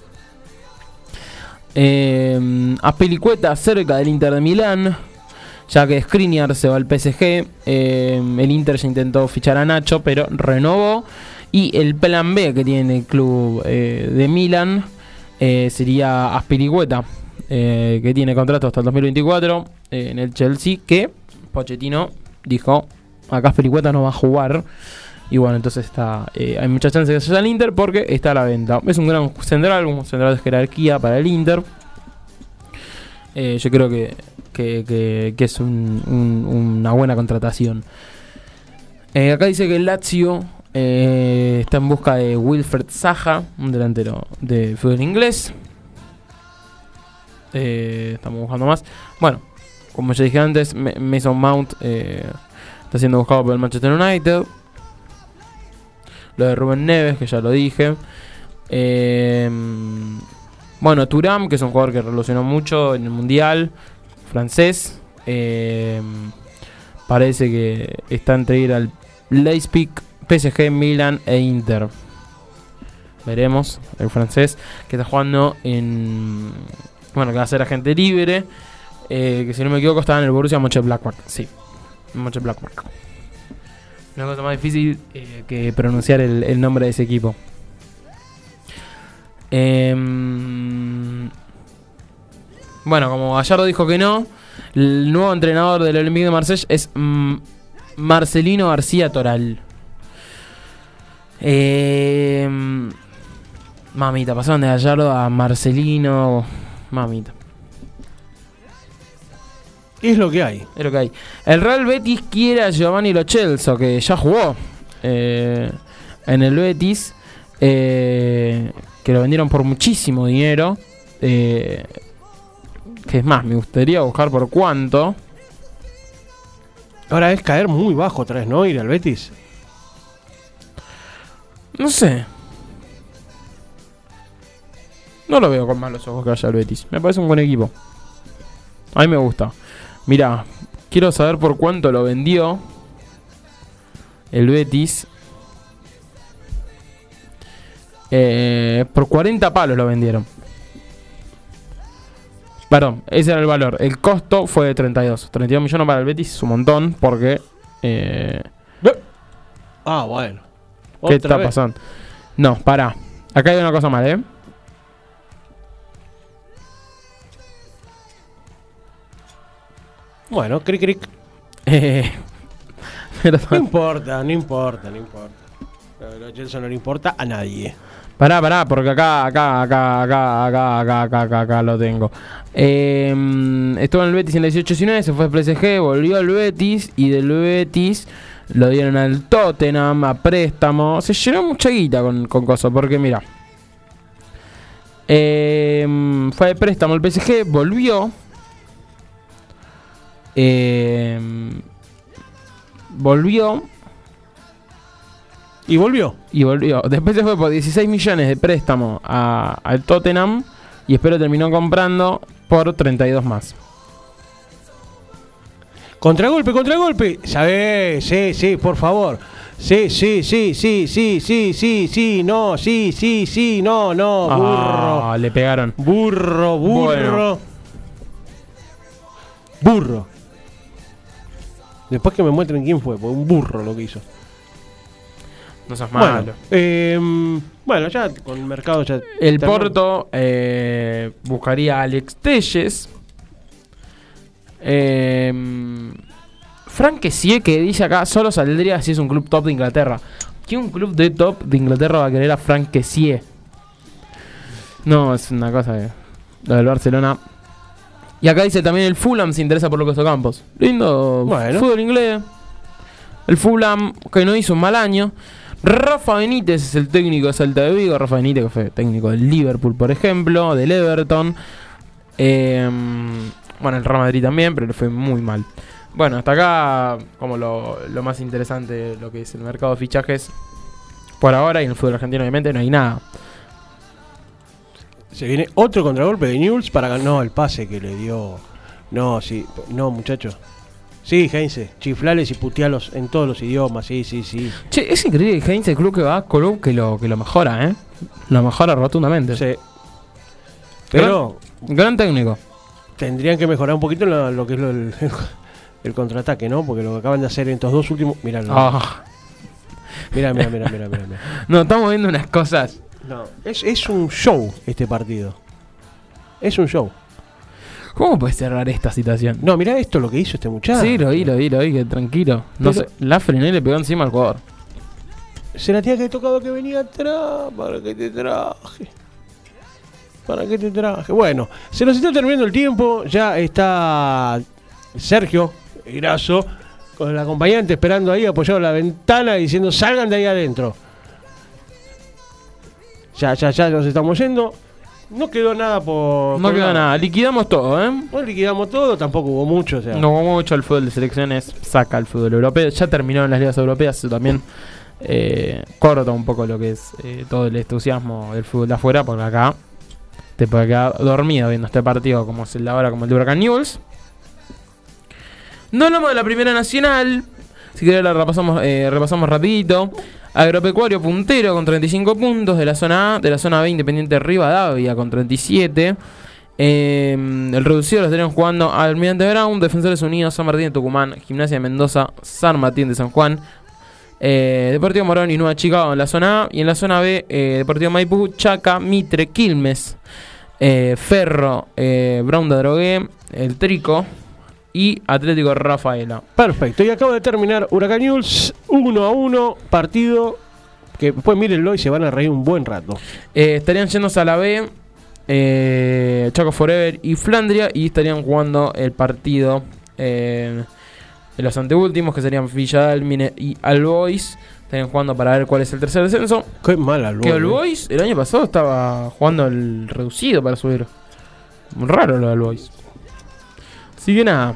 Azpilicueta cerca del Inter de Milán, ya que Skriniar se va al PSG. El Inter ya intentó fichar a Nacho, pero renovó. Y el plan B que tiene el club de Milán sería Azpilicueta, que tiene contrato hasta el 2024 en el Chelsea, que Pochettino dijo: acá Azpilicueta no va a jugar. Y bueno, entonces hay muchas chances de que se vaya al Inter porque está a la venta. Es un gran central, un central de jerarquía para el Inter. Yo creo que es una buena contratación. Acá dice que el Lazio está en busca de Wilfred Zaha, un delantero de fútbol inglés. Estamos buscando más. Bueno, como ya dije antes, Mason Mount está siendo buscado por el Manchester United. Lo de Rubén Neves, que ya lo dije. Bueno, Thuram, que es un jugador que revolucionó mucho en el Mundial, francés. Parece que está entre ir al Leipzig, PSG, Milan e Inter. Veremos. El francés que está jugando en... Bueno, que va a ser agente libre. Que si no me equivoco estaba en el Borussia Mönchengladbach. Sí, Mönchengladbach. Una cosa más difícil que pronunciar el nombre de ese equipo. Bueno, como Gallardo dijo que no, el nuevo entrenador del Olympique de Marsella es Marcelino García Toral. Mamita, pasaron de Gallardo a Marcelino. Mamita. Es lo que hay. Es lo que hay. El Real Betis quiere a Giovanni Lo Celso, que ya jugó en el Betis. Que lo vendieron por muchísimo dinero. Que es más, me gustaría buscar por cuánto. Ahora es caer muy bajo otra vez, ¿no? Ir al Betis. No sé. No lo veo con malos ojos que haya el Betis. Me parece un buen equipo. A mí me gusta. Mirá, quiero saber por cuánto lo vendió el Betis. Por 40 palos lo vendieron. Perdón, ese era el valor. El costo fue de 32. 32 millones para el Betis es un montón porque... Bueno. ¿Qué está pasando? No, pará. Acá hay una cosa mal, Bueno, cric. No importa. Lo Chelsea no le importa a nadie. Pará, porque acá lo tengo. Estuvo en el Betis en el 18-19, se fue al PSG, volvió al Betis y del Betis lo dieron al Tottenham a préstamo. Se llenó mucha guita con cosas, porque mira. Fue de préstamo al PSG, volvió. Y volvió. Después se fue por 16 millones de préstamo al Tottenham. Y espero terminó comprando por 32 más. Contragolpe. ¿Sabés? Sí, por favor. Sí, no, burro. Le pegaron. Burro. Bueno. Burro. Después que me muestren quién fue, porque un burro lo que hizo. No seas malo. Bueno, ya con el mercado ya... El Porto buscaría a Alex Telles. Frank Kessie, que dice acá, solo saldría si es un club top de Inglaterra. ¿Qué un club de top de Inglaterra va a querer a Frank Kessie? No, es una cosa que... Lo del Barcelona. Y acá dice también el Fulham se interesa por Lucas Ocampos. Lindo fútbol inglés. El Fulham, que no hizo un mal año. Rafa Benítez es el técnico de Celta de Vigo. Rafa Benítez, que fue técnico del Liverpool, por ejemplo, del Everton. Bueno, el Real Madrid también, pero le fue muy mal. Bueno, hasta acá como lo más interesante, lo que es el mercado de fichajes por ahora. Y en el fútbol argentino obviamente no hay nada. Se viene otro contragolpe de Newell's para ganar. No, el pase que le dio. No, muchachos. Sí, Heinze, chiflales y putealos en todos los idiomas, sí. Che, es increíble que Heinze, el club que va, club que lo mejora, Lo mejora rotundamente. Sí. Pero gran técnico. Tendrían que mejorar un poquito lo que es el contraataque, ¿no? Porque lo que acaban de hacer en estos dos últimos... Mirá. Mirá. No, estamos viendo unas cosas. No, es un show este partido. Es un show. ¿Cómo puede cerrar esta situación? No, mirá esto lo que hizo este muchacho. Sí, lo vi, que tranquilo. No sé, la frenó y le pegó encima al jugador. Se la tenía que haber tocado que venía atrás. ¿Para qué te traje? Bueno, se nos está terminando el tiempo. Ya está Sergio Grasso con el acompañante esperando ahí apoyado en la ventana diciendo salgan de ahí adentro. Ya nos estamos yendo. No quedó nada por... No quedó nada, liquidamos todo, ¿eh? No liquidamos todo, tampoco hubo mucho, o sea. No hubo mucho, el fútbol de selecciones saca el fútbol europeo. Ya terminaron las ligas europeas, eso también corta un poco lo que es todo el entusiasmo del fútbol de afuera, porque acá te puede quedar dormido viendo este partido como es el de ahora, como el de Huracán Newell's. No hablamos de la Primera Nacional, si querés la repasamos rapidito. Agropecuario puntero con 35 puntos de la zona A, de la zona B Independiente Rivadavia con 37. El reducido lo estarían jugando Almirante Brown, Defensores Unidos, San Martín de Tucumán, Gimnasia de Mendoza, San Martín de San Juan, Deportivo Morón y Nueva Chicago en la zona A. Y en la zona B, Deportivo Maipú, Chaca, Mitre, Quilmes, Ferro, Brown de Adrogué, El Trico y Atlético Rafaela. Perfecto, y acaba de terminar Huracán Newell's 1-1, partido que después mírenlo y se van a reír un buen rato. Estarían yéndose a la B, Chaco Forever y Flandria, y estarían jugando el partido de los anteúltimos, que serían Villa Dálmine y Albois. Estarían jugando para ver cuál es el tercer descenso. Qué mal Albois. Que Albois el año pasado estaba jugando el reducido para subir. Muy raro lo de Albois. Así que nada,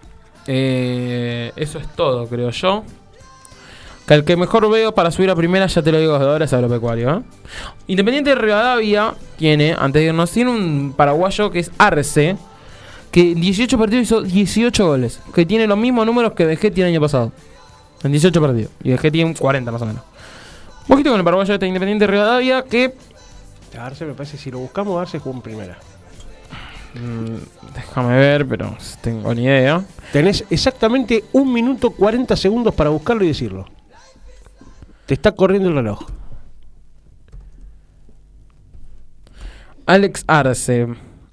eso es todo, creo yo. Que el que mejor veo para subir a primera, ya te lo digo desde ahora, es Agropecuario, ¿eh? Independiente de Rivadavia tiene, antes de irnos, tiene un paraguayo que es Arce, que en 18 partidos hizo 18 goles, que tiene los mismos números que Vegetti el año pasado, en 18 partidos, y Vegetti en 40 más o menos. Un poquito con el paraguayo este Independiente de Rivadavia, que... Arce me parece, si lo buscamos, Arce jugó en primera. Déjame ver, pero tengo ni idea. Tenés exactamente 1 minuto 40 segundos para buscarlo y decirlo. Te está corriendo el reloj. Alex Arce.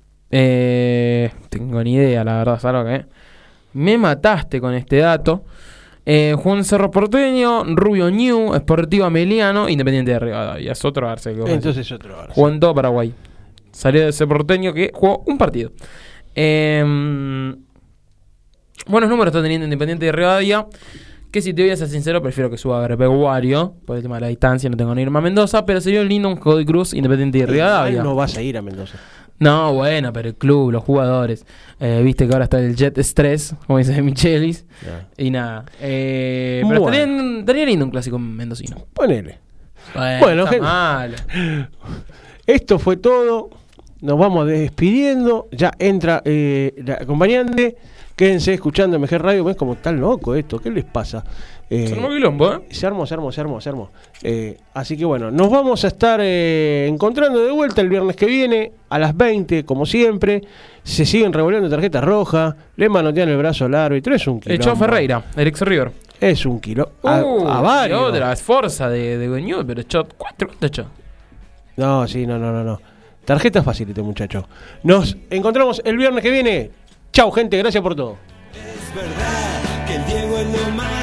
Tengo ni idea, la verdad, ¿sabes lo que? Me mataste con este dato. Juan Cerro Porteño, Rubio New, Sportivo Ameliano, Independiente de Rivadavia. Es otro Arce. Entonces es otro Arce. Jugó en todo Paraguay. Salió de ese porteño que jugó un partido. Buenos números está teniendo Independiente de Rivadavia. Que si te voy a ser sincero, prefiero que suba a Agropecuario. Por el tema de la distancia, no tengo ni irme a Mendoza. Pero sería lindo un Godoy Cruz Independiente de Rivadavia. No vas a ir a Mendoza. No, bueno, pero el club, los jugadores. Viste que ahora está el Jet Stress, como dice Michelis. Yeah. Y nada. Pero estaría lindo un clásico mendocino. Ponele. Bueno, gente. Malo. Esto fue todo. Nos vamos despidiendo. Ya entra la acompañante. Quédense escuchando MG Radio. ¿Ves cómo está loco esto? ¿Qué les pasa? Se armó quilombo, ¿eh? Se armó. Así que bueno, nos vamos a estar encontrando de vuelta el viernes que viene a las 20, como siempre. Se siguen revolviendo tarjetas rojas. Le manotean el brazo al árbitro. Es un kilo. Echó Ferreira, el ex River. Es un kilo. A varios. Otra Forza de Goñú, pero echó 4. ¿Cuánto echó? No, sí, no. Tarjeta facilite, muchacho. Nos encontramos el viernes que viene. Chau, gente, gracias por todo. Es verdad que el Diego es lo más.